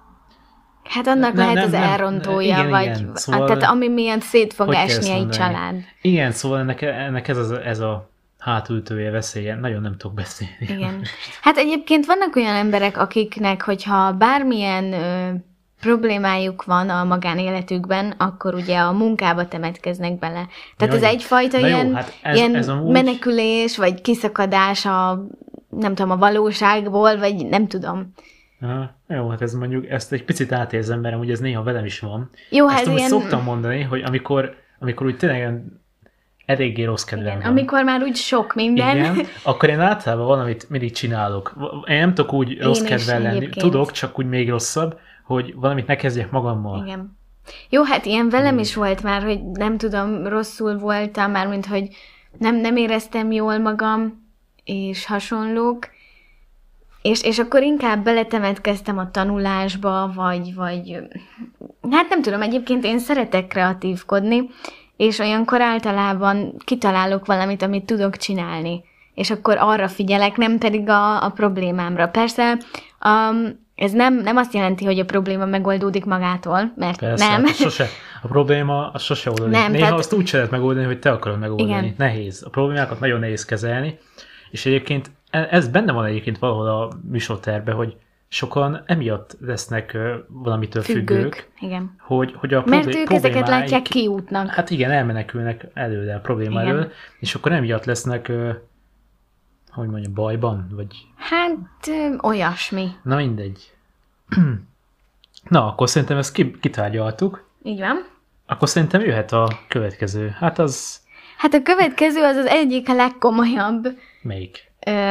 annak lehet az elrontója, igen, vagy igen. Szóval, tehát ami miatt szét fog esni egy család. Igen, szóval ennek ez a hátulütője, veszélye. Nagyon nem tudok beszélni. Igen. Hát egyébként vannak olyan emberek, akiknek, hogyha bármilyen problémájuk van a magánéletükben, akkor ugye a munkába temetkeznek bele. Tehát ez egyfajta ilyen amúgy... menekülés, vagy kiszakadás nem tudom, a valóságból, vagy nem tudom. Aha, jó, hát ez mondjuk, ezt egy picit átérzem, mert amúgy ez néha velem is van. Jó, ezt ilyen... szoktam mondani, hogy amikor úgy tényleg eléggé rossz kedvem van. Amikor már úgy sok minden. Igen, akkor én általában valamit mindig csinálok. Én nem tudok úgy rossz kedvel lenni. Egyébként. Tudok, csak úgy még rosszabb, hogy valamit ne kezdjek magammal. Igen. Jó, hát ilyen velem is volt már, hogy nem tudom, rosszul voltam, mármint, hogy nem éreztem jól magam, és hasonlók, és akkor inkább beletemetkeztem a tanulásba, vagy hát nem tudom, egyébként én szeretek kreatívkodni, és olyankor általában kitalálok valamit, amit tudok csinálni, és akkor arra figyelek, nem pedig a problémámra. Persze, ez nem azt jelenti, hogy a probléma megoldódik magától, mert persze, nem. Sose. A probléma az sose oldódik. Néha tehát... azt úgy se lehet megoldani, hogy te akarod megoldani. Igen. Nehéz. A problémákat nagyon nehéz kezelni, és egyébként ez benne van egyébként valahol a műsortervben, hogy sokan emiatt lesznek valamitől függők. Igen. Hogy a mert ők ezeket látják kiútnak. Hát igen, elmenekülnek előle a probléma elől, és akkor emiatt lesznek, hogy mondjam, bajban? Vagy... Hát olyasmi. Na mindegy. Na, akkor szerintem ezt kitárgyaltuk. Így van. Akkor szerintem jöhet a következő. Hát a következő az egyik a legkomolyabb. Melyik?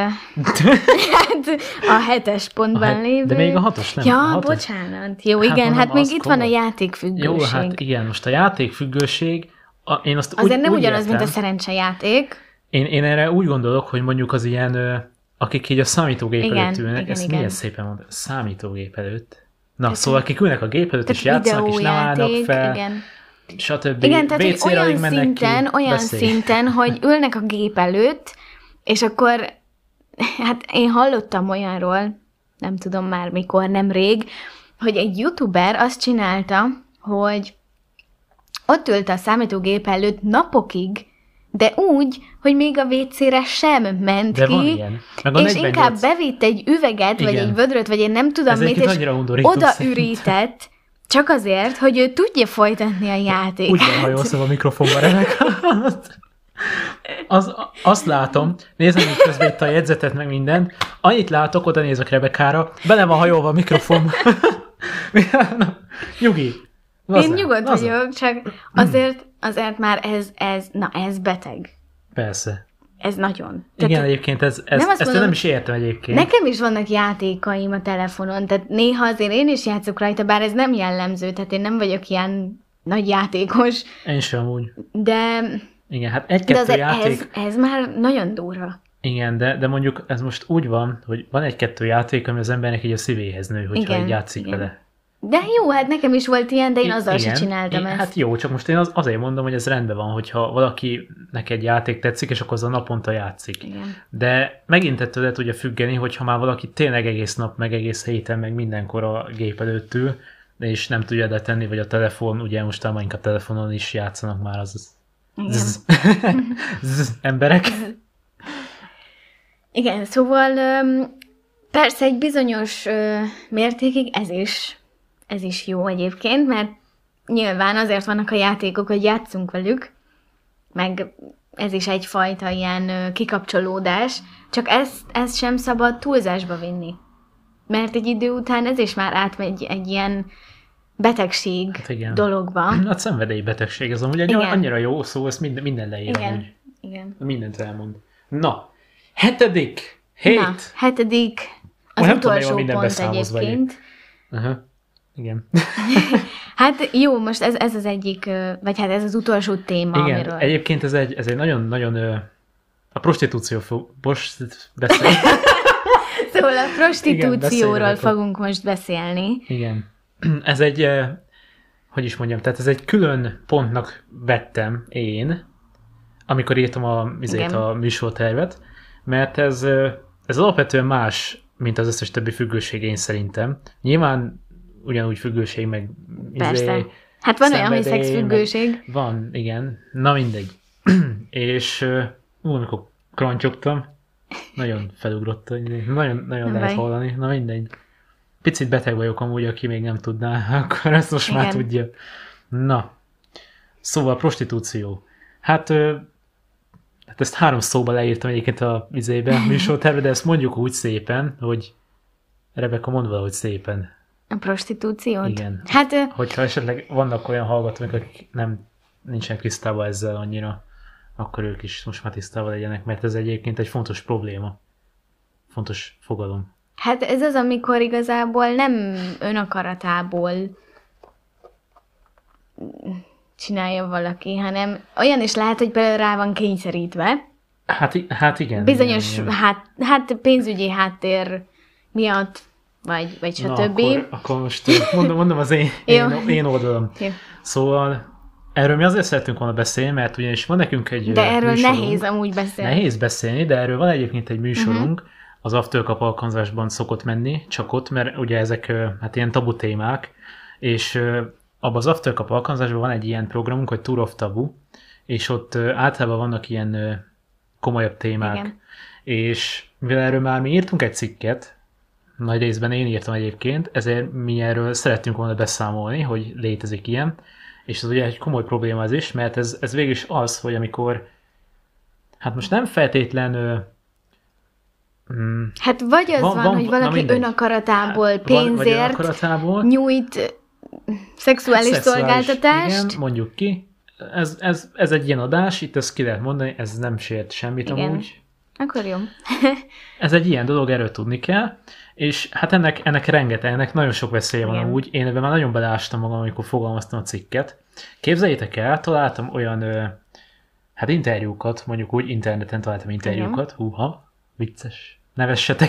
Hát a 7-es pontban lévő. De még a 6-os nem. Ja, bocsánat. Jó, hát igen, hát még itt van a játékfüggőség. Jó, hát igen, most a játékfüggőség, én azt azért nem úgy ugyanaz, értem, mint a szerencsejáték. Én erre úgy gondolok, hogy mondjuk az ilyen, akik így a számítógép előtt ülnek, ezt milyen szépen mondta, számítógép előtt. Na, szóval akik ülnek a gép előtt, és játszanak, és nem állnak fel. Igen. Stb. Igen, tehát hogy olyan szinten, hogy ülnek a gép előtt, és akkor, hát én hallottam olyanról, nem tudom már mikor, nem rég, hogy egy youtuber azt csinálta, hogy ott ült a számítógép előtt napokig, de úgy, hogy még a WC-re sem ment de ki, van ilyen. És inkább bevitt egy üveget, igen. Vagy egy vödröt, vagy én nem tudom mit, és odaürített, csak azért, hogy ő tudja folytatni a játékát. Úgy van hajolszom a mikrofonba, Rebeka. Azt látom, nézem így közben itt a jegyzetet, meg mindent, annyit látok, oda nézek Rebekára, bele van hajolva a mikrofon. Nyugi. Én nyugodt vagyok, csak azért már ez beteg. Persze. Ez nagyon. Igen, tehát, egyébként ezt nem is értem egyébként. Nekem is vannak játékaim a telefonon, tehát néha azért én is játszok rajta, bár ez nem jellemző, tehát én nem vagyok ilyen nagy játékos. Én sem úgy. De... Igen, hát egy-kettő játék... Ez már nagyon durva. Igen, de mondjuk ez most úgy van, hogy van egy-kettő játék, ami az embernek így a szívéhez nő, hogyha így játszik vele. De jó, hát nekem is volt ilyen, de én azzal sem csináltam ezt. Hát jó, csak most én azért mondom, hogy ez rendben van, hogyha valakinek egy játék tetszik, és akkor az a naponta játszik. Igen. De megint ettől le tudja függeni, hogyha már valaki tényleg egész nap, meg egész héten, meg mindenkor a gép előtt ül, és nem tudja letenni, vagy a telefon, ugye most a telefonon is játszanak már az emberek. Igen, szóval persze egy bizonyos mértékig ez is jó egyébként, mert nyilván azért vannak a játékok, hogy játszunk velük, meg ez is egyfajta ilyen kikapcsolódás, csak ezt sem szabad túlzásba vinni. Mert egy idő után ez is már átmegy egy ilyen betegség dologba. A szenvedélybetegség, ez amúgy annyira jó szó, ezt minden leír amúgy. Igen. Mindent elmond. Na, hetedik. Az utolsó pont egyébként. Igen. Hát jó, most ez az egyik, vagy hát ez az utolsó téma, igen, amiről... egyébként ez egy nagyon a prostitúció beszél. Szóval a prostitúcióról fogunk most beszélni. Igen. Ez egy, hogy is mondjam, tehát ez egy külön pontnak vettem én, amikor írtam a műsortervet, mert ez alapvetően más, mint az összes többi függőség én szerintem. Nyilván ugyanúgy függőség, meg persze. Hát van olyan, hogy szexfüggőség. Van, igen. Na mindegy. És amikor krantyogtam, nagyon felugrott, nagyon lehet hallani. Na mindegy. Picit beteg vagyok amúgy, aki még nem tudná, akkor ezt most már tudja. Na. Szóval a prostitúció. Hát ezt 3 szóba leírtam egyébként a műsorterve, de ezt mondjuk úgy szépen, hogy Rebeka, mondd valahogy szépen. A prostitúciót? Igen. Hát, hogyha esetleg vannak olyan hallgatók, akik nincsenek tisztában ezzel annyira, akkor ők is most már tisztában legyenek, mert ez egyébként egy fontos probléma. Fontos fogalom. Hát ez az, amikor igazából nem önakaratából csinálja valaki, hanem olyan is lehet, hogy például rá van kényszerítve. Hát igen. Bizonyos igen. Hát pénzügyi háttér miatt, vagy stb. Akkor most mondom az én oldalam. Jó. Szóval erről mi azért szeretünk volna beszélni, mert ugyanis van nekünk egy de erről műsorunk. Nehéz amúgy beszélni. Nehéz beszélni, de erről van egyébként egy műsorunk, az Aftercup alkalmazásban szokott menni, csak ott, mert ugye ezek hát ilyen tabu témák, és abban az Aftercup alkalmazásban van egy ilyen programunk, hogy Tour of Tabu, és ott általában vannak ilyen komolyabb témák. Igen. És mivel erről már mi írtunk egy cikket, nagy részben én írtam egyébként, ezért mi erről szerettünk volna beszámolni, hogy létezik ilyen, és ez ugye egy komoly probléma az is, mert ez végül is az, hogy amikor, hát most nem feltétlen hát vagy az van hogy valaki önakaratából pénzért nyújt szexuális szolgáltatást. Igen, mondjuk ki. Ez egy ilyen adás, itt ezt ki lehet mondani, ez nem sért semmit amúgy. Akkor jó. Ez egy ilyen dolog, erről tudni kell, és hát ennek nagyon sok veszélye van amúgy. Én ebben már nagyon beleástam magam, amikor fogalmaztam a cikket. Képzeljétek el, találtam olyan hát interjúkat, mondjuk úgy interneten találtam interjúkat, húha, vicces, nevessetek.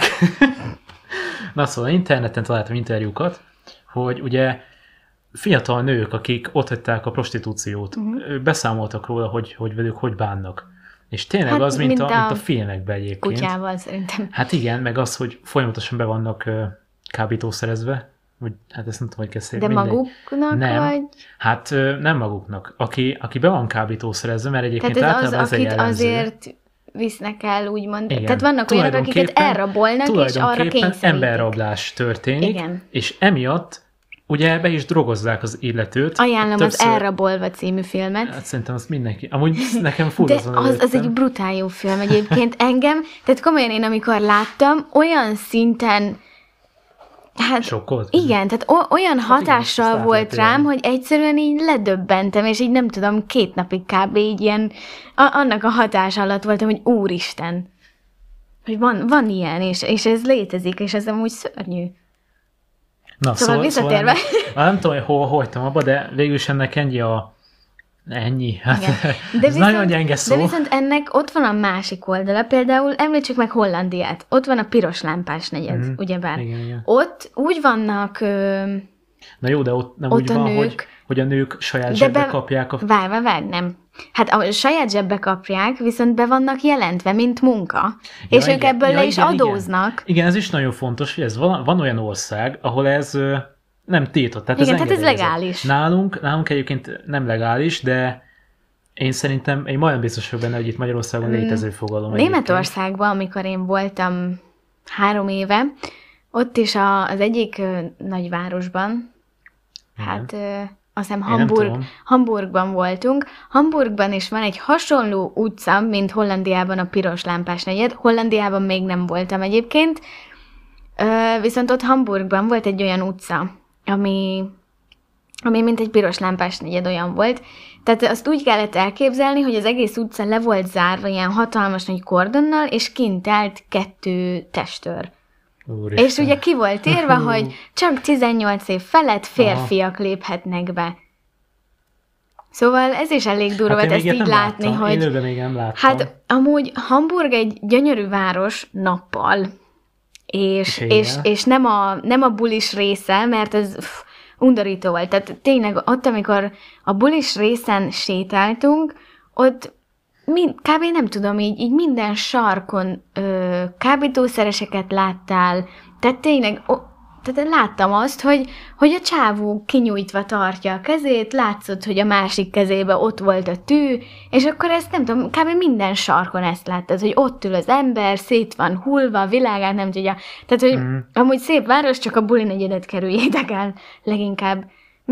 Na szóval interneten találtam interjúkat, hogy ugye fiatal nők, akik ott hagyták a prostitúciót, beszámoltak róla, hogy velük hogy bánnak. És tényleg hát, az, mint a filmekben egyébként. Kutyával szerintem. Hát igen, meg az, hogy folyamatosan be vannak kábítószerezve, vagy hát ezt nem tudom, hogy kezdték. De mindegy. Maguknak nem. Vagy? Hát nem maguknak. Aki be van kábítószerezve, mert egyébként tehát általában ez egy jellemző. Azért visznek el, úgymond. Igen. Tehát vannak olyanok, akiket elrabolnak, és arra kényszerítik. Emberrablás történik, igen. És emiatt ugye be is drogozzák az illetőt. Ajánlom többször... az Elrabolva című filmet. Hát szerintem azt mindenki. Amúgy nekem fura az egy brutál jó film egyébként engem. Tehát komolyan én amikor láttam, olyan szinten hát sokkolt? Igen, tehát olyan hatással igen, volt rám, hogy egyszerűen így ledöbbentem, és így nem tudom, 2 napig kb. Így ilyen annak a hatás alatt voltam, hogy úristen, hogy van ilyen, és ez létezik, és ez amúgy szörnyű. Na, szóval visszatérve. Nem tudom, hogy hol hagytam abba, de végül is ennek ennyi. Hát, ez nagyon gyenge szó. De viszont ennek ott van a másik oldala. Például említsük meg Hollandiát. Ott van a piros lámpás negyed, ugyebár. Igen. Ott úgy vannak... Na jó, de ott nem ott úgy van, hogy a nők saját zsebbe kapják a... Várj, nem. Hát a saját zsebbe kapják, viszont be vannak jelentve, mint munka. Ja, és ők ebből le is adóznak. Igen, ez is nagyon fontos, hogy ez van olyan ország, ahol ez Nem tiltott. Tehát igen, tehát ez legális. Nálunk egyébként nem legális, de én szerintem, én majdnem biztos vagyok benne, hogy itt Magyarországon létező fogalom. Németországban, amikor én voltam 3 éve, ott is az egyik nagyvárosban, hát azt hiszem Hamburgban voltunk. Hamburgban is van egy hasonló utca, mint Hollandiában a piros lámpás negyed. Hollandiában még nem voltam egyébként, viszont ott Hamburgban volt egy olyan utca, ami mint egy piros lámpás negyed olyan volt. Tehát azt úgy kellett elképzelni, hogy az egész utca le volt zárva ilyen hatalmas nagy kordonnal, és kint állt 2 testőr. Úristen. És ugye ki volt írva, hogy csak 18 év felett férfiak léphetnek be. Szóval ez is elég durva, ezt így látni, hogy... Élőben még nem láttam. Hát amúgy Hamburg egy gyönyörű város nappal, és nem a bulis része, mert ez undorító volt. Tehát tényleg ott, amikor a bulis részen sétáltunk, ott kb. Nem tudom, így minden sarkon kábítószereseket láttál, tehát tényleg tehát láttam azt, hogy a csávó kinyújtva tartja a kezét, látszott, hogy a másik kezébe ott volt a tű, és akkor ezt nem tudom, kb. Minden sarkon ezt láttad, hogy ott ül az ember, szét van hullva, a világát nem tudja. Tehát, hogy amúgy szép város, csak a buli negyedet kerüljétek el leginkább.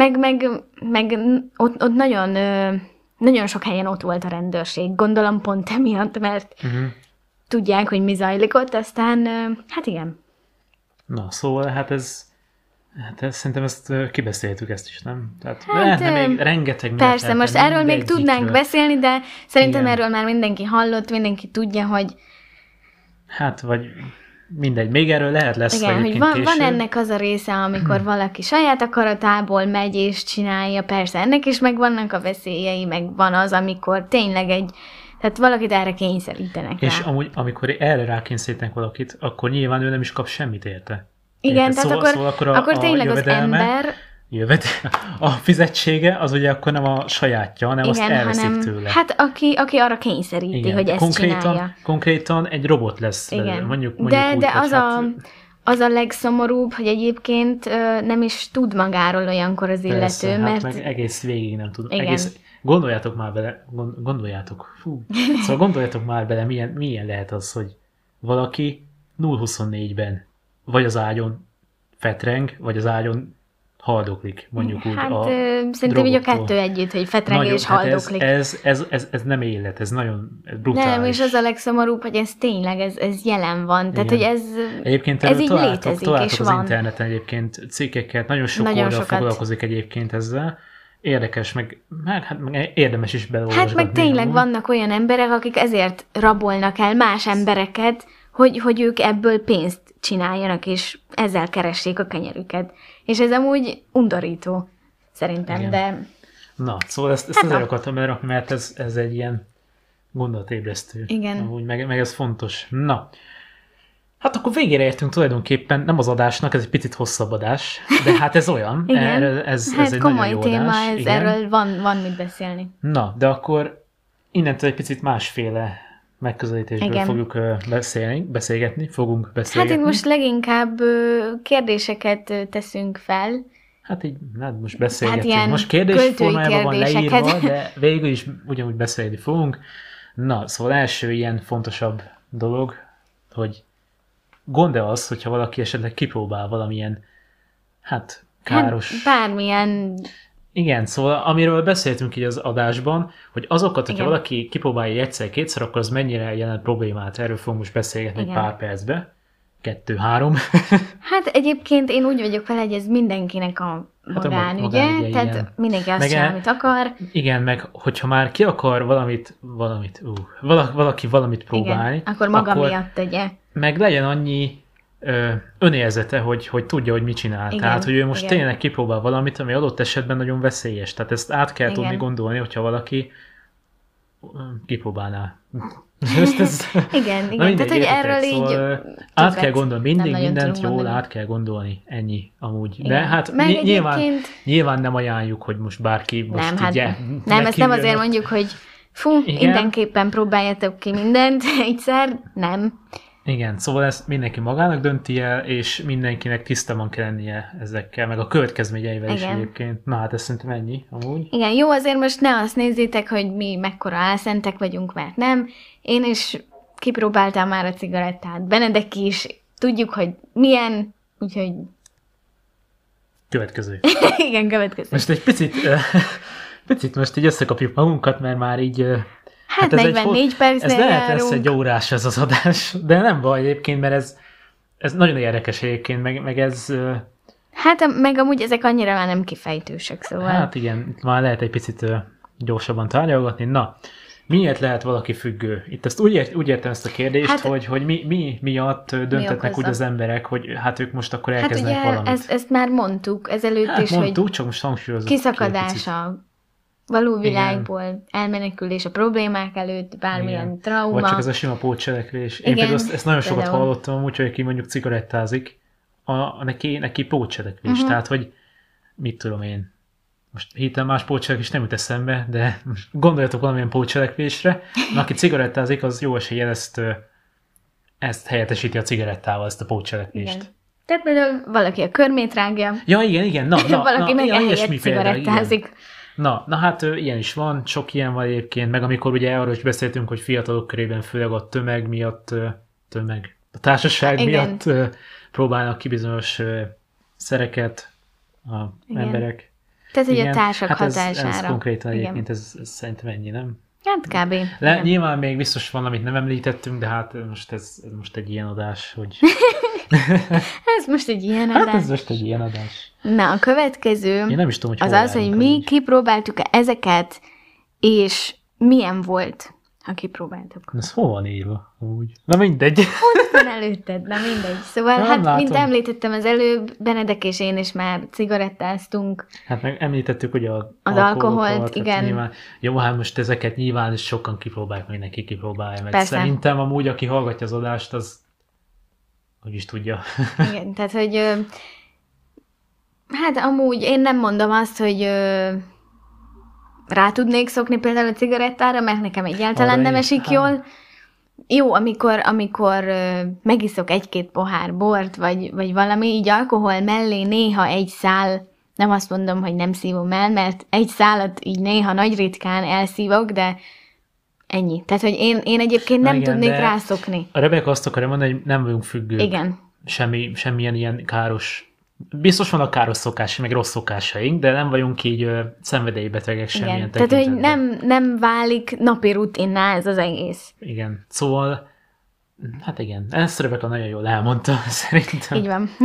Meg ott nagyon sok helyen ott volt a rendőrség, gondolom pont emiatt, mert tudják, hogy mi zajlik ott, aztán hát igen. Na, szóval hát szerintem ezt kibeszéltük ezt is, nem? Tehát lehetne még rengeteg mindent. Persze, most erről még tudnánk beszélni, de szerintem erről már mindenki hallott, mindenki tudja, hogy... Hát, vagy mindegy, még erről lesz. Igen, hogy van ennek az a része, amikor valaki saját akaratából megy és csinálja, persze ennek is megvannak a veszélyei, meg van az, amikor tényleg tehát valakit erre kényszerítenek rá. És amúgy, amikor erre rákényszerítenek valakit, akkor nyilván ő nem is kap semmit érte. Igen, tehát akkor tényleg az ember... A fizetsége az ugye akkor nem a sajátja, hanem azt elveszik tőle. Hát aki arra kényszeríti, hogy ezt csinálja. Konkrétan egy robot lesz. Igen. Mondjuk de az a legszomorúbb, hogy egyébként nem is tud magáról olyankor az illető, persze, mert... Hát meg egész végig nem tud. Gondoljátok már bele, Szóval gondoljátok már bele, milyen lehet az, hogy valaki 0-24-ben vagy az ágyon fetreng, vagy az ágyon haldoklik, mondjuk úgy. Hát szerintem így a 2 együtt, hogy fetreng és haldoklik. Ez nem élet, ez nagyon brutális. Nem, és az a legszomorúbb, hogy ez tényleg, ez jelen van. Tehát, hogy ez így létezik, és az van. interneten egyébként cikkeket, nagyon sok oldal foglalkozik egyébként ezzel. Érdekes, meg érdemes is belolvasgatni. Hát meg tényleg vannak olyan emberek, akik ezért rabolnak el más embereket, hogy ők ebből pénzt csináljanak, és ezzel keressék a kenyerüket. És ez amúgy undorító, szerintem, igen. De... Na, szóval ezt azért akartam berakni, mert ez egy ilyen gondolatébresztő. Igen. Amúgy meg ez fontos. Na, hát akkor végére értünk tulajdonképpen, nem az adásnak, ez egy picit hosszabb adás, de hát ez olyan. Igen. Ez egy komoly nagyon jó téma, adás. Erről van mit beszélni. Na, de akkor innentől egy picit másféle megközelítésből fogunk beszélgetni. Hát itt most leginkább kérdéseket teszünk fel. Hát így, most beszélgetünk. Hát most kérdésformájában van leírva, de végül is ugyanúgy beszélni fogunk. Na, szóval első ilyen fontosabb dolog, hogy gond-e az, hogyha valaki esetleg kipróbál valamilyen, káros... bármilyen... Igen, szóval amiről beszéltünk így az adásban, hogy azokat, hogyha valaki kipróbálja egyszer-kétszer, akkor az mennyire jelent problémát. Erről fogunk most beszélgetni egy pár percbe. 2-3. Hát egyébként én úgy vagyok vele, hogy ez mindenkinek a magánügye, tehát igen. Mindenki azt csinál, amit akar. Igen, meg hogyha már ki akar valaki valamit próbálni, igen, akkor maga miatt tegye. Meg legyen annyi önérzete, hogy tudja, hogy mit csinál. Igen, tehát, hogy ő most tényleg kipróbál valamit, ami adott esetben nagyon veszélyes. Tehát ezt át kell tudni gondolni, hogyha valaki kipróbálná. Igen. Tehát, hogy erről szóval így... át kell gondolni, mindent jól át kell gondolni. Ennyi amúgy. Igen. De hát nyilván nem ajánljuk, hogy most bárki most nem, ezt nem azért mondjuk, hogy mindenképpen próbáljatok ki mindent egyszer, nem. Igen, szóval ezt mindenki magának dönti el, és mindenkinek tisztában kell lennie ezekkel, meg a következményeivel is egyébként. Na hát ez szerintem ennyi, amúgy. Igen, jó, azért most ne azt nézzétek, hogy mi mekkora álszentek vagyunk, mert nem. Én is kipróbáltam már a cigarettát, Benedek is, tudjuk, hogy milyen, úgyhogy... Következő. Igen, következő. Most egy picit most így összekapjuk magunkat, mert már így... Hát 44 percnél ez lehet lesz egy órás ez az adás, de nem baj egyébként, mert ez nagyon érdekes egyébként, meg ez... Hát meg amúgy ezek annyira már nem kifejtősek, szóval... Hát igen, itt már lehet egy picit gyorsabban tárgyalgatni. Na, miért lehet valaki függő? Itt ezt úgy értem ezt a kérdést, hát, hogy mi miatt döntetnek úgy az emberek, hogy hát ők most akkor elkezdenek valamit. Ezt már mondtuk ezelőtt hát is, mondtuk, csak most hangsúlyozok. Kiszakadása való világból, elmenekülés a problémák előtt, bármilyen igen. Trauma. Vagy csak ez a sima pótcselekvés. Én például ezt nagyon sokat hallottam, úgyhogy aki mondjuk cigarettázik, neki pótcselekvés. Tehát, hogy mit tudom én, most hirtelen más pótcselekvés nem jut eszembe, de most gondoljatok valamilyen pótcselekvésre, aki cigarettázik, az jó eséllyel ezt helyettesíti a cigarettával, ezt a pótcselekvést. Igen. Tehát például valaki a körmét rágja. Ja, igen, valaki meg ehelyett cigarettázik. Na hát ilyen is van, sok ilyen van egyébként, meg amikor ugye arról is beszéltünk, hogy fiatalok körében főleg a tömeg miatt, a társaság igen. miatt próbálnak ki bizonyos szereket az emberek. Tehát, hogy a társak hát hatására. Ez konkrétan egyébként, ez szerintem ennyi, nem? Hát kb. Nyilván még biztos van, amit nem említettünk, de hát ez most egy ilyen adás, hogy... ez most egy ilyen adás. Hát ez most egy ilyen adás. Na, a következő én nem is tudom, hogy az, hogy mi kipróbáltuk ezeket, és milyen volt, ha kipróbáltuk. Ez hol van írva? Úgy. Na mindegy. Ott van előtted, na mindegy. Szóval hát, látom. Mint említettem az előbb, Benedek és én is már cigarettáztunk. Hát meg említettük, hogy az alkoholt, igen. Nyilván, jó, hát most ezeket nyilván is sokan kipróbálják, mindenki kipróbálja. Meg persze. Szerintem amúgy, aki hallgatja az adást, az hogy is tudja. Igen, tehát, hogy hát amúgy én nem mondom azt, hogy rá tudnék szokni például a cigarettára, mert nekem egyáltalán nem esik jól. Jó, amikor megiszok egy-két pohár bort, vagy valami, így alkohol mellé néha egy szál, nem azt mondom, hogy nem szívom el, mert egy szálat így néha nagy ritkán elszívok, de ennyi. Tehát, hogy én egyébként nem tudnék rászokni. A Rebecca azt akarja mondani, hogy nem vagyunk függők. Igen. Semmilyen ilyen káros... Biztos vannak káros szokásaink, meg rossz szokásaink, de nem vagyunk így szenvedélybetegek semmilyen tekintetben. Tehát, hogy nem válik napi rutinná ez az egész. Igen. Szóval, hát igen, ezt Rebecca nagyon jól elmondta, szerintem. Így van.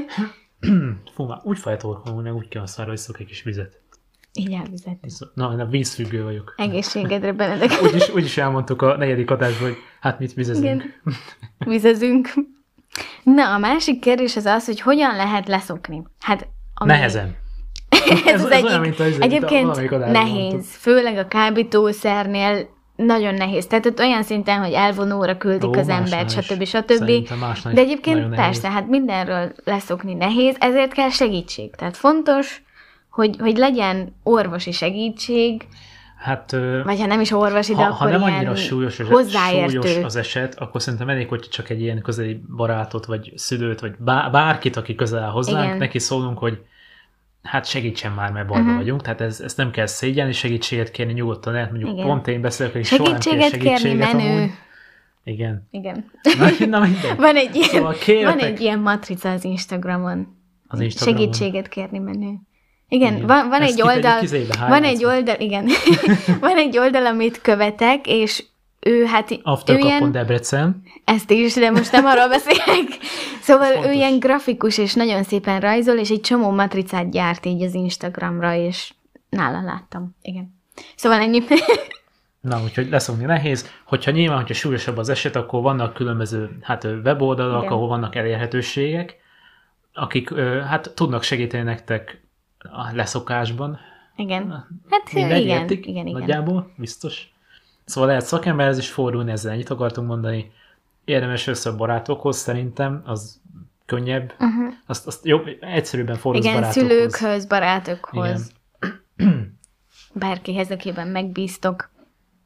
Fú, már úgy fájt orrom, meg úgy kell aztán iszok egy kis vizet. Így elvizetni. Na, vízfüggő vagyok. Egészségedre, Benedek. Úgyis elmondtuk a 4. adásban, hogy hát mit vizezünk. Igen. Vizezünk. Na, a másik kérdés az, hogy hogyan lehet leszokni. Hát, nehezen. ez az egyébként nehéz. Mondtuk. Főleg a kábítószernél nagyon nehéz. Tehát ott olyan szinten, hogy elvonóra küldik az embert, stb. De egyébként persze, hát mindenről leszokni nehéz, ezért kell segítség. Tehát fontos, hogy legyen orvosi segítség, hát, vagy ha nem is orvosi, de akkor ha nem annyira súlyos az eset, akkor szerintem elég, hogy csak egy ilyen közeli barátot, vagy szülőt, vagy bárkit, aki közel áll hozzánk, igen. Neki szólunk, hogy hát segítsen már, mert bajban vagyunk. Tehát ezt nem kell szégyelni, segítséget kérni nyugodtan lehet, mondjuk igen. Pont én beszélek, hogy soha nem kér segítséget kérni, menő. Igen. Na mindegy. Van egy ilyen matrica az Instagramon. Segítséget kérni menő. Igen, van egy oldal, igen. Van egy oldal, amit követek, és ő hát... Afterkapon Debrecen. Ezt is, de most nem arról beszélek. Szóval ő ilyen grafikus, és nagyon szépen rajzol, és egy csomó matricát gyárt így az Instagramra, és nála láttam. Igen. Szóval ennyi. Na, úgyhogy leszokni nehéz. Hogyha súlyosabb az eset, akkor vannak különböző weboldalak, ahol vannak elérhetőségek, akik hát tudnak segíteni nektek a leszokásban. Igen. Hát igen. Nagyjából, biztos. Szóval lehet szakemberhez is fordulni, ezzel ennyit akartunk mondani. Érdemes össze a barátokhoz, szerintem, az könnyebb. Azt jobb, egyszerűbben fordulsz barátokhoz. Igen, szülőkhöz, barátokhoz. Igen. Bárkihez, akiben megbíztok.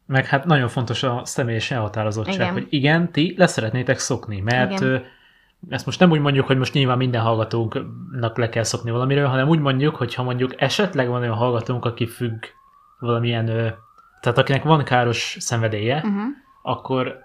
Meg hát nagyon fontos a személyes elhatározottság, Igen. hogy igen, ti leszeretnétek szokni, mert ezt most nem úgy mondjuk, hogy most nyilván minden hallgatónknak le kell szokni valamiről, hanem úgy mondjuk, hogy ha mondjuk esetleg van olyan hallgatónk, aki függ valamilyen, tehát akinek van káros szenvedélye, akkor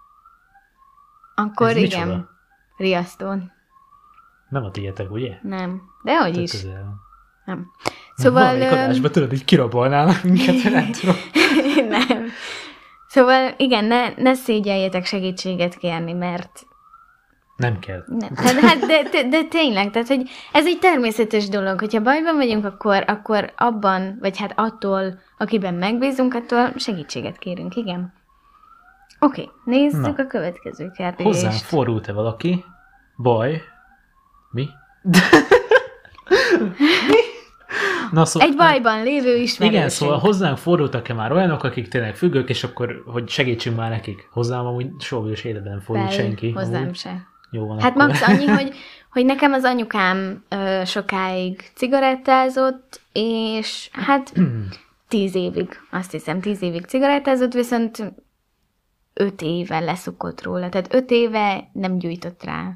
ez igen. micsoda? Riasztón. Nem a tiétek, ugye? Nem. Dehogy is. Közel. Nem. Szóval... Valamelyik adásban tudod, így kirabolnának minket, hogy nem tudom. Nem. Szóval igen, ne szégyeljetek segítséget kérni, mert nem kell. Nem. De tényleg, tehát hogy ez egy természetes dolog, hogyha bajban vagyunk, akkor abban, vagy hát attól, akiben megbízunk, attól segítséget kérünk, igen. Oké, nézzük a következő kérdést. Hozzánk fordult-e valaki? Baj. Mi? Na, szóval, egy bajban lévő ismerősünk. Igen, szóval hozzánk fordultak-e már olyanok, akik tényleg függők, és akkor, hogy segítsünk már nekik. Hozzám amúgy soha büdös életben nem fordult senki. Hozzám amúgy. se. Jó van, hát akkor. max annyi, hogy nekem az anyukám sokáig cigarettázott, és hát 10 évig, azt hiszem 10 évig cigarettázott, viszont 5 éve leszokott róla. Tehát 5 éve nem gyújtott rá.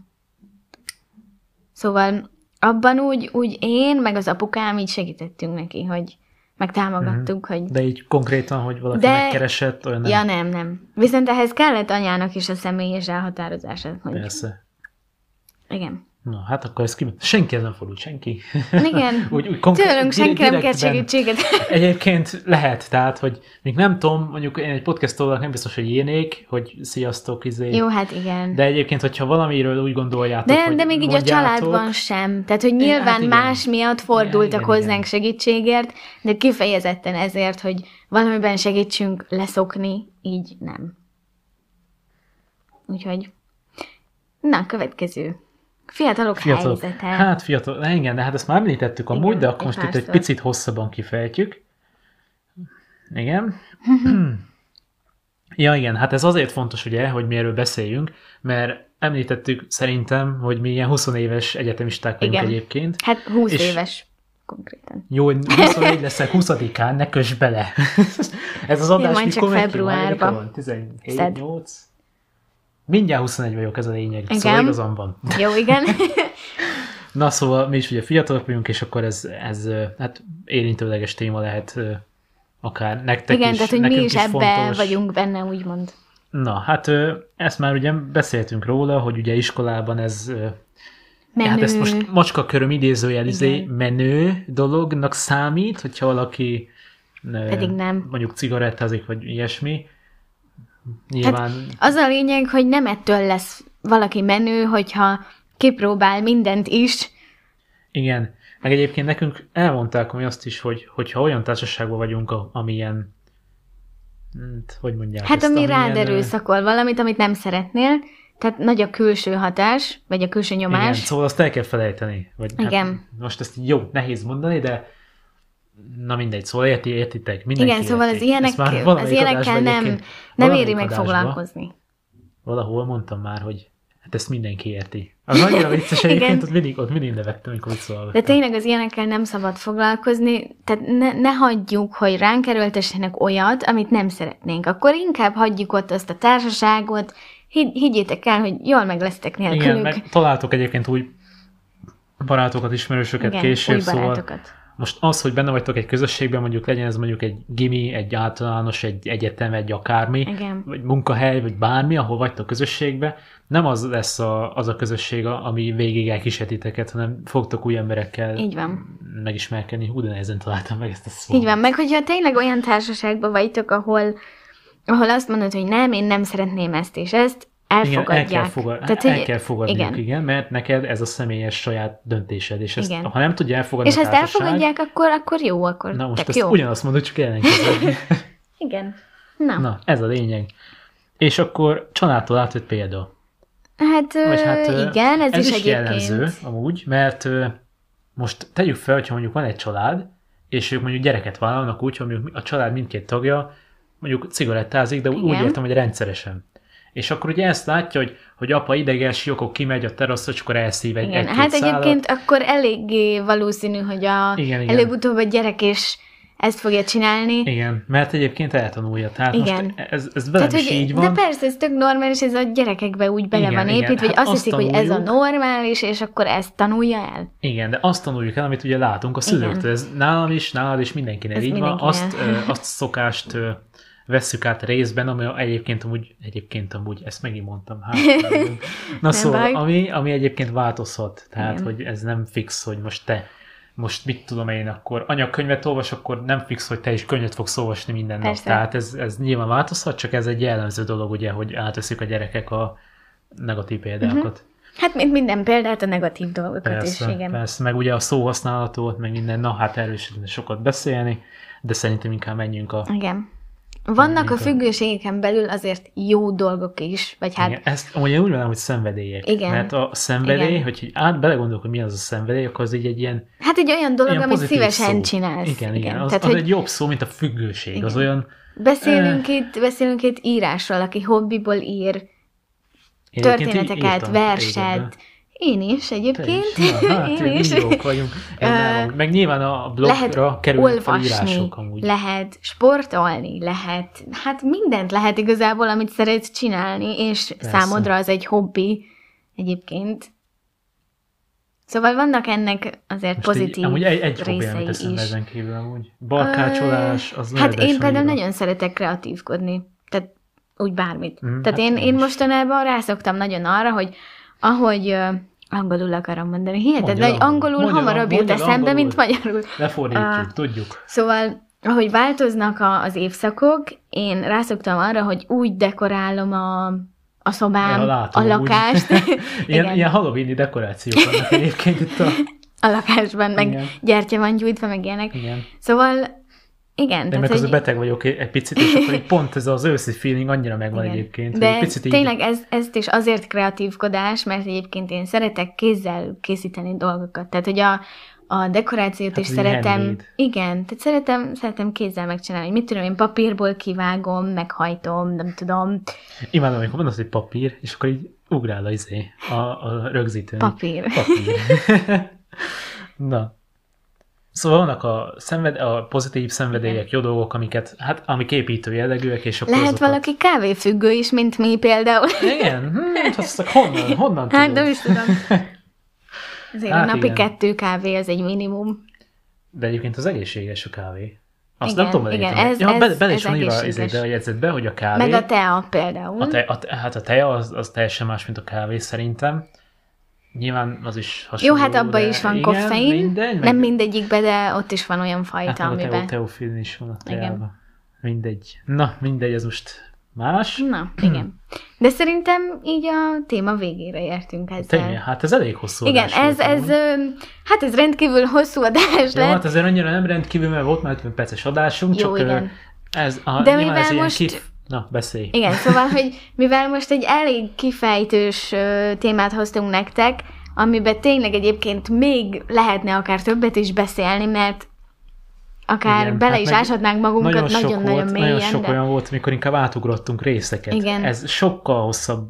Szóval abban úgy én, meg az apukám így segítettünk neki, hogy megtámogattuk, hogy... De így konkrétan, hogy valaki megkeresett, olyan nem? Ja, nem. Viszont ehhez kellett anyának is a személyes elhatározása. Hogy... Persze. Igen. Na, hát akkor ez senki nem fordult, senki. Igen. Tőlünk senki nem kell segítséget. Egyébként lehet, tehát, hogy még nem tudom, mondjuk én egy podcastolnak nem biztos, hogy írnék, hogy sziasztok, Jó, hát igen. De egyébként, hogyha valamiről úgy gondoljátok, hogy de még így a családban sem. Tehát, hogy nyilván hát más miatt fordultak hozzánk segítségért, de kifejezetten ezért, hogy valamiben segítsünk leszokni, így nem. Úgyhogy, na, következő. Fiatalok helyzete. Hát fiatal, igen, de hát ezt már említettük amúgy, igen, de akkor most itt egy picit hosszabban kifejtjük. Igen. Ja, igen, hát ez azért fontos, ugye, hogy mi erről beszéljünk, mert említettük szerintem, hogy mi ilyen 20 éves egyetemisták vagyunk egyébként. Hát 20 éves konkrétan. Jó, 24 leszek 20-án, ne köss bele. Ez az adás mikor csak februárban. 17, 8? Mindjárt 21 vagyok, ez a lényeg. Igen. Szóval igazam van. Jó, igen. Na, szóval mi is ugye fiatalok vagyunk, és akkor ez hát érintőleges téma lehet akár nektek igen, is. igen, tehát hogy mi is ebben vagyunk benne, úgymond. Na, hát ezt már ugye beszéltünk róla, hogy ugye iskolában ez... Menő. Hát ezt most macskaköröm idézőjelizé menő dolognak számít, hogyha valaki pedig nem. Mondjuk cigarettázik, vagy ilyesmi. Nyilván... Hát az a lényeg, hogy nem ettől lesz valaki menő, hogyha kipróbál mindent is. Igen. Meg egyébként nekünk elmondták azt is, hogyha olyan társaságban vagyunk, amilyen, hogy mondják hát ami rád erőszakol valamit, amit nem szeretnél, tehát nagy a külső hatás, vagy a külső nyomás. Igen, szóval azt el kell felejteni. Vagy, igen. Hát most ezt jó, nehéz mondani, de na mindegy, szóval értitek, mindenki igen, szóval érti. az ilyenekkel nem éri meg foglalkozni. Valahol mondtam már, hogy hát ezt mindenki érti. Az annyira vicces egyébként, ott mindig nevettem, amikor szóltam. De tényleg az ilyenekkel nem szabad foglalkozni, tehát ne hagyjuk, hogy ránk erőltessenek olyat, amit nem szeretnénk. Akkor inkább hagyjuk ott azt a társaságot, higgyétek el, hogy jól meg lesztek nélkülük. Igen, meg találtok egyébként új barátokat, ismerősöket igen, később, új barátokat. Szóval most az, hogy benne vagytok egy közösségben, mondjuk legyen ez mondjuk egy gimi, egy általános, egy egyetem, egy akármi, igen. vagy munkahely, vagy bármi, ahol vagytok közösségben, nem az lesz az a közösség, ami végig elkísért titeket, hanem fogtok új emberekkel megismerkedni. De nehezen találtam meg ezt a szót. Így van, meg hogyha tényleg olyan társaságban vagytok, ahol azt mondod, hogy nem, én nem szeretném ezt és ezt, elfogadják. Igen, el kell fogadniuk, igen, mert neked ez a személyes saját döntésed, és ezt, ha nem tudja elfogadni és a társaság... És ezt elfogadják, akkor jó, akkor na most ezt jó. Ugyanazt mondod, csak ellenkezőleg. Igen. Na, ez a lényeg. És akkor családtól átvett példa. Hát igen, ez is jellemző amúgy, mert most tegyük fel, hogyha mondjuk van egy család, és ők mondjuk gyereket vállalnak úgy, hogy a család mindkét tagja mondjuk cigarettázik, de úgy értem, hogy rendszeresen. És akkor ugye ezt látja, hogy apa ideges, akkor kimegy a teraszra, és akkor elszív egy-két hát szállat. Egyébként akkor eléggé valószínű, hogy előbb-utóbb a gyerek is ezt fogja csinálni. Igen, mert egyébként eltanulja. Tehát igen. most ez velem is így van. De persze, ez tök normális, ez a gyerekekbe úgy bele van építve, hogy azt hiszik, hogy ez a normális, és akkor ezt tanulja el. Igen, de azt tanuljuk el, amit ugye látunk a szülőktől. Ez nálad is mindenkinek így van. Azt szokást vesszük át részben, ami egyébként amúgy, ezt megint mondtam. Na szóval, ami egyébként változhat. Tehát, hogy ez nem fix, hogy most mit tudom én, akkor anyakönyvet olvas, akkor nem fix, hogy te is könyvet fogsz olvasni minden nap. Tehát ez nyilván változhat, csak ez egy jellemző dolog, ugye, hogy átveszik a gyerekek a negatív példákat. Hát mint minden példát, a negatív dolgokat is, igen. Persze, meg ugye a szóhasználatot, meg minden, erről is sokat beszélni, de szerintem inkább menjünk Igen. Vannak a függőségeken belül azért jó dolgok is, vagy hát... Igen, ezt amúgy én úgy mondom, hogy szenvedélyek. Igen. Mert a szenvedély, hogy belegondolok, hogy mi az a szenvedély, akkor az így egy ilyen... Hát egy olyan dolog, amit szívesen csinálsz. Igen. Az egy jobb szó, mint a függőség. Igen. Az olyan... Beszélünk itt írásról, aki hobbiból ír történeteket, verset. Én is egyébként. Én is. Jók vagyunk. Meg nyilván a blogra kerülnek fel írások amúgy. Lehet sportolni, hát mindent lehet igazából, amit szeretsz csinálni, és persze. Számodra az egy hobbi egyébként. Szóval vannak ennek azért most pozitív amúgy egy részei hobbi, is. Ezen kívül amúgy. Barkácsolás, az hát én például nagyon szeretek kreatívkodni. Tehát úgy bármit. Tehát én mostanában rászoktam nagyon arra, hogy ahogy angolul akarom mondani. Hiheted, hogy angolul hamarabb jut eszembe, mint magyarul. Lefordítjuk, tudjuk. Szóval, ahogy változnak az évszakok, én rászoktam arra, hogy úgy dekorálom a szobám, a lakást. Ilyen halloweeni dekorációk vannak egyébként itt a lakásban, meg gyertya van gyújtva, meg ilyenek. Igen. Szóval igen. De meg közben beteg vagyok egy picit, és akkor pont ez az őszi feeling annyira megvan egyébként. De picit tényleg ez is azért kreatívkodás, mert egyébként én szeretek kézzel készíteni dolgokat. Tehát, hogy a dekorációt is szeretem. Handmade. Igen, tehát szeretem kézzel megcsinálni. Mit tudom, én papírból kivágom, meghajtom, nem tudom. Imádom, amikor mondasz, hogy papír, és akkor így ugrál a rögzítőn. Papír. Na. Szóval vannak a pozitív szenvedélyek, jó dolgok, amik építő jellegűek, és akkor lehet valaki kávéfüggő is, mint mi például. Igen? Azt honnan tudod? Hát nem is tudom. Azért a napi 2 kávé az egy minimum. De egyébként az egészséges a kávé. Azt igen, nem tudom, igen, ez is van írva a jegyzetbe, hogy a kávé... Meg a tea például. Hát a tea az teljesen más, mint a kávé szerintem. Nyilván az is hasonló. Jó, hát abban is van koffein. Nem mindegyikben, de ott is van olyan fajta, amiben... Hát a teofilin is van a teában. Mindegy. Na, mindegy, ez most más. Na, igen. De szerintem így a téma végére értünk ezzel. Tényleg, hát ez elég hosszú adás. Igen, ez rendkívül hosszú adás lett. Hát azért annyira nem rendkívül, mert volt már 50 perces adásunk, jó, csak igen. De mivel most... Na, beszélj. Igen, szóval, hogy mivel most egy elég kifejtős témát hoztunk nektek, amiben tényleg egyébként még lehetne akár többet is beszélni, mert akár igen, bele is áshatnánk magunkat nagyon-nagyon mélyen. Nagyon sok olyan volt, amikor inkább átugrottunk részeket. Igen. Ez sokkal hosszabb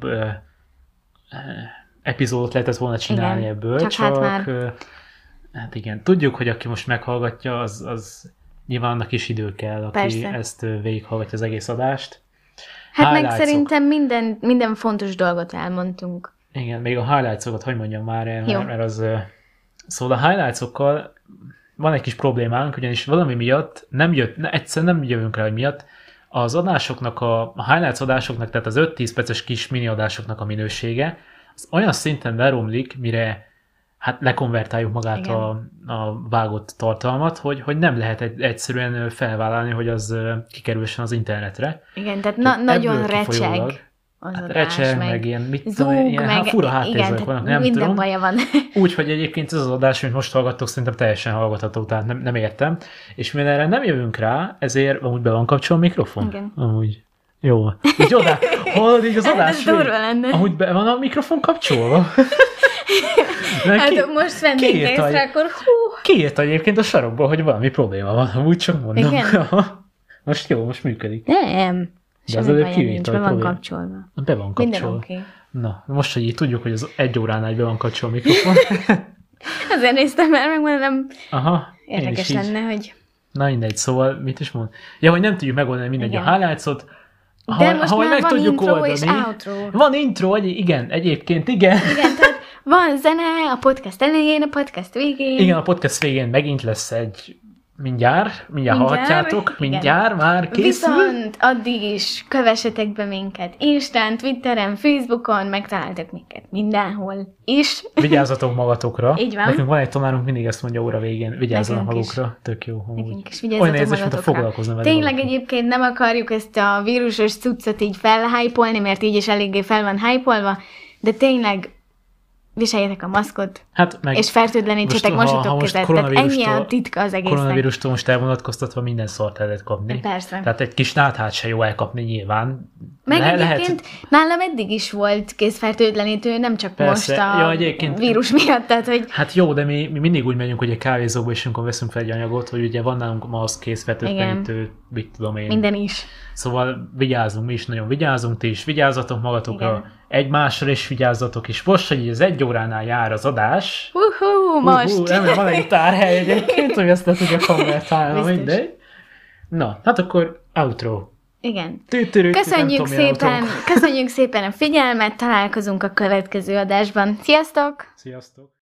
epizódot lehetett volna csinálni igen, ebből. Csak hát igen, tudjuk, hogy aki most meghallgatja, az nyilván annak is idő kell, aki persze. Ezt végighallgatja az egész adást. Hát meg szerintem minden fontos dolgot elmondtunk. Igen, még a highlights-okat, hogy mondjam már el, mert az... Szóval a highlights-okkal van egy kis problémánk, ugyanis valami miatt egyszerűen nem jövünk rá, hogy miatt az adásoknak, a highlights adásoknak, tehát az 5-10 perces kis mini adásoknak a minősége, az olyan szinten leromlik, mire hát lekonvertáljuk magát a vágott tartalmat, hogy nem lehet egyszerűen felvállalni, hogy az kikerülsen az internetre. Igen, tehát nagyon recseg az adás, recseg, meg ilyen, mit tudom, ilyen fura háttérzők vannak, nem minden tudom. Baja van. Úgyhogy egyébként ez az adás, amit most hallgattok, szerintem teljesen hallgatható, tehát nem értem. És mivel erre nem jövünk rá, ezért amúgy be van kapcsolva a mikrofon. Igen. Amúgy. Jó. Így oda, hallod így az adás? Ez durva lenne. Amúgy be van a mikrofon kapcsolva. Hát most vennénk észre, akkor Kiírta egyébként a sarokból, hogy valami probléma van, amúgy csak mondom. Igen. Most jó, most működik. Nem. Semmi baj nincs, be van kapcsolva. Be van kapcsolva. Minden oké. Na, most, hogy így tudjuk, hogy az 1 óránál be van kapcsolva a mikrofon. Azért néztem el, meg mondom, aha, érdekes lenne, hogy... Na mindegy, szóval mit is mond? Ja, hogy nem tudjuk megoldani mindegy a highlights-ot. De most már van intro és outro. Van intro, igen, egyébként, igen. Igen, tehát van zene a podcast elején, a podcast végén. Igen, a podcast végén megint lesz egy mindjárt hallhatjátok, mindjárt már készül. Viszont addig is kövessetek be minket Instán, Twitteren, Facebookon, megtaláltak minket mindenhol is. Vigyázzatok magatokra. Így van. Nekünk van egy tanárunk, mindig ezt mondja óra végén, vigyázzon a magukra. Tök jó. Nekünk is vigyázzatok érzés, mint a foglalkozna vele. Tényleg egyébként nem akarjuk ezt a vírusos cuccot így felhypolni, mert így is eléggé fel van hypolva, de tényleg viseljetek a maszkot, és fertőtlenítsetek, mosatok kezet. Tehát ennyi a titka az egésznek. Koronavírustól most elvonatkoztatva minden szart el lehet kapni. Persze. Tehát egy kis náthát se jó elkapni nyilván. Meg egyébként nálam eddig is volt kézfertőtlenítő, nem csak persze. Most a vírus miatt. Tehát, hogy... Hát jó, de mi mindig úgy megyünk, hogy egy kávézóba és amikor veszünk fel egy anyagot, hogy ugye van nálunk maszk, kézfertőtlenítő, mit tudom én. Minden is. Szóval vigyázunk, mi is nagyon vigyázunk, ti is vigyázzatok magatokra. Igen. Egymásra is vigyázzatok, és most, hogy az 1 óránál jár az adás. Most! Nem, van egy tárhely egyébként, hogy ezt le tudja konvertálni, mindegy. Na, hát akkor outro. Igen. Köszönjük szépen a figyelmet, találkozunk a következő adásban. Sziasztok! Sziasztok!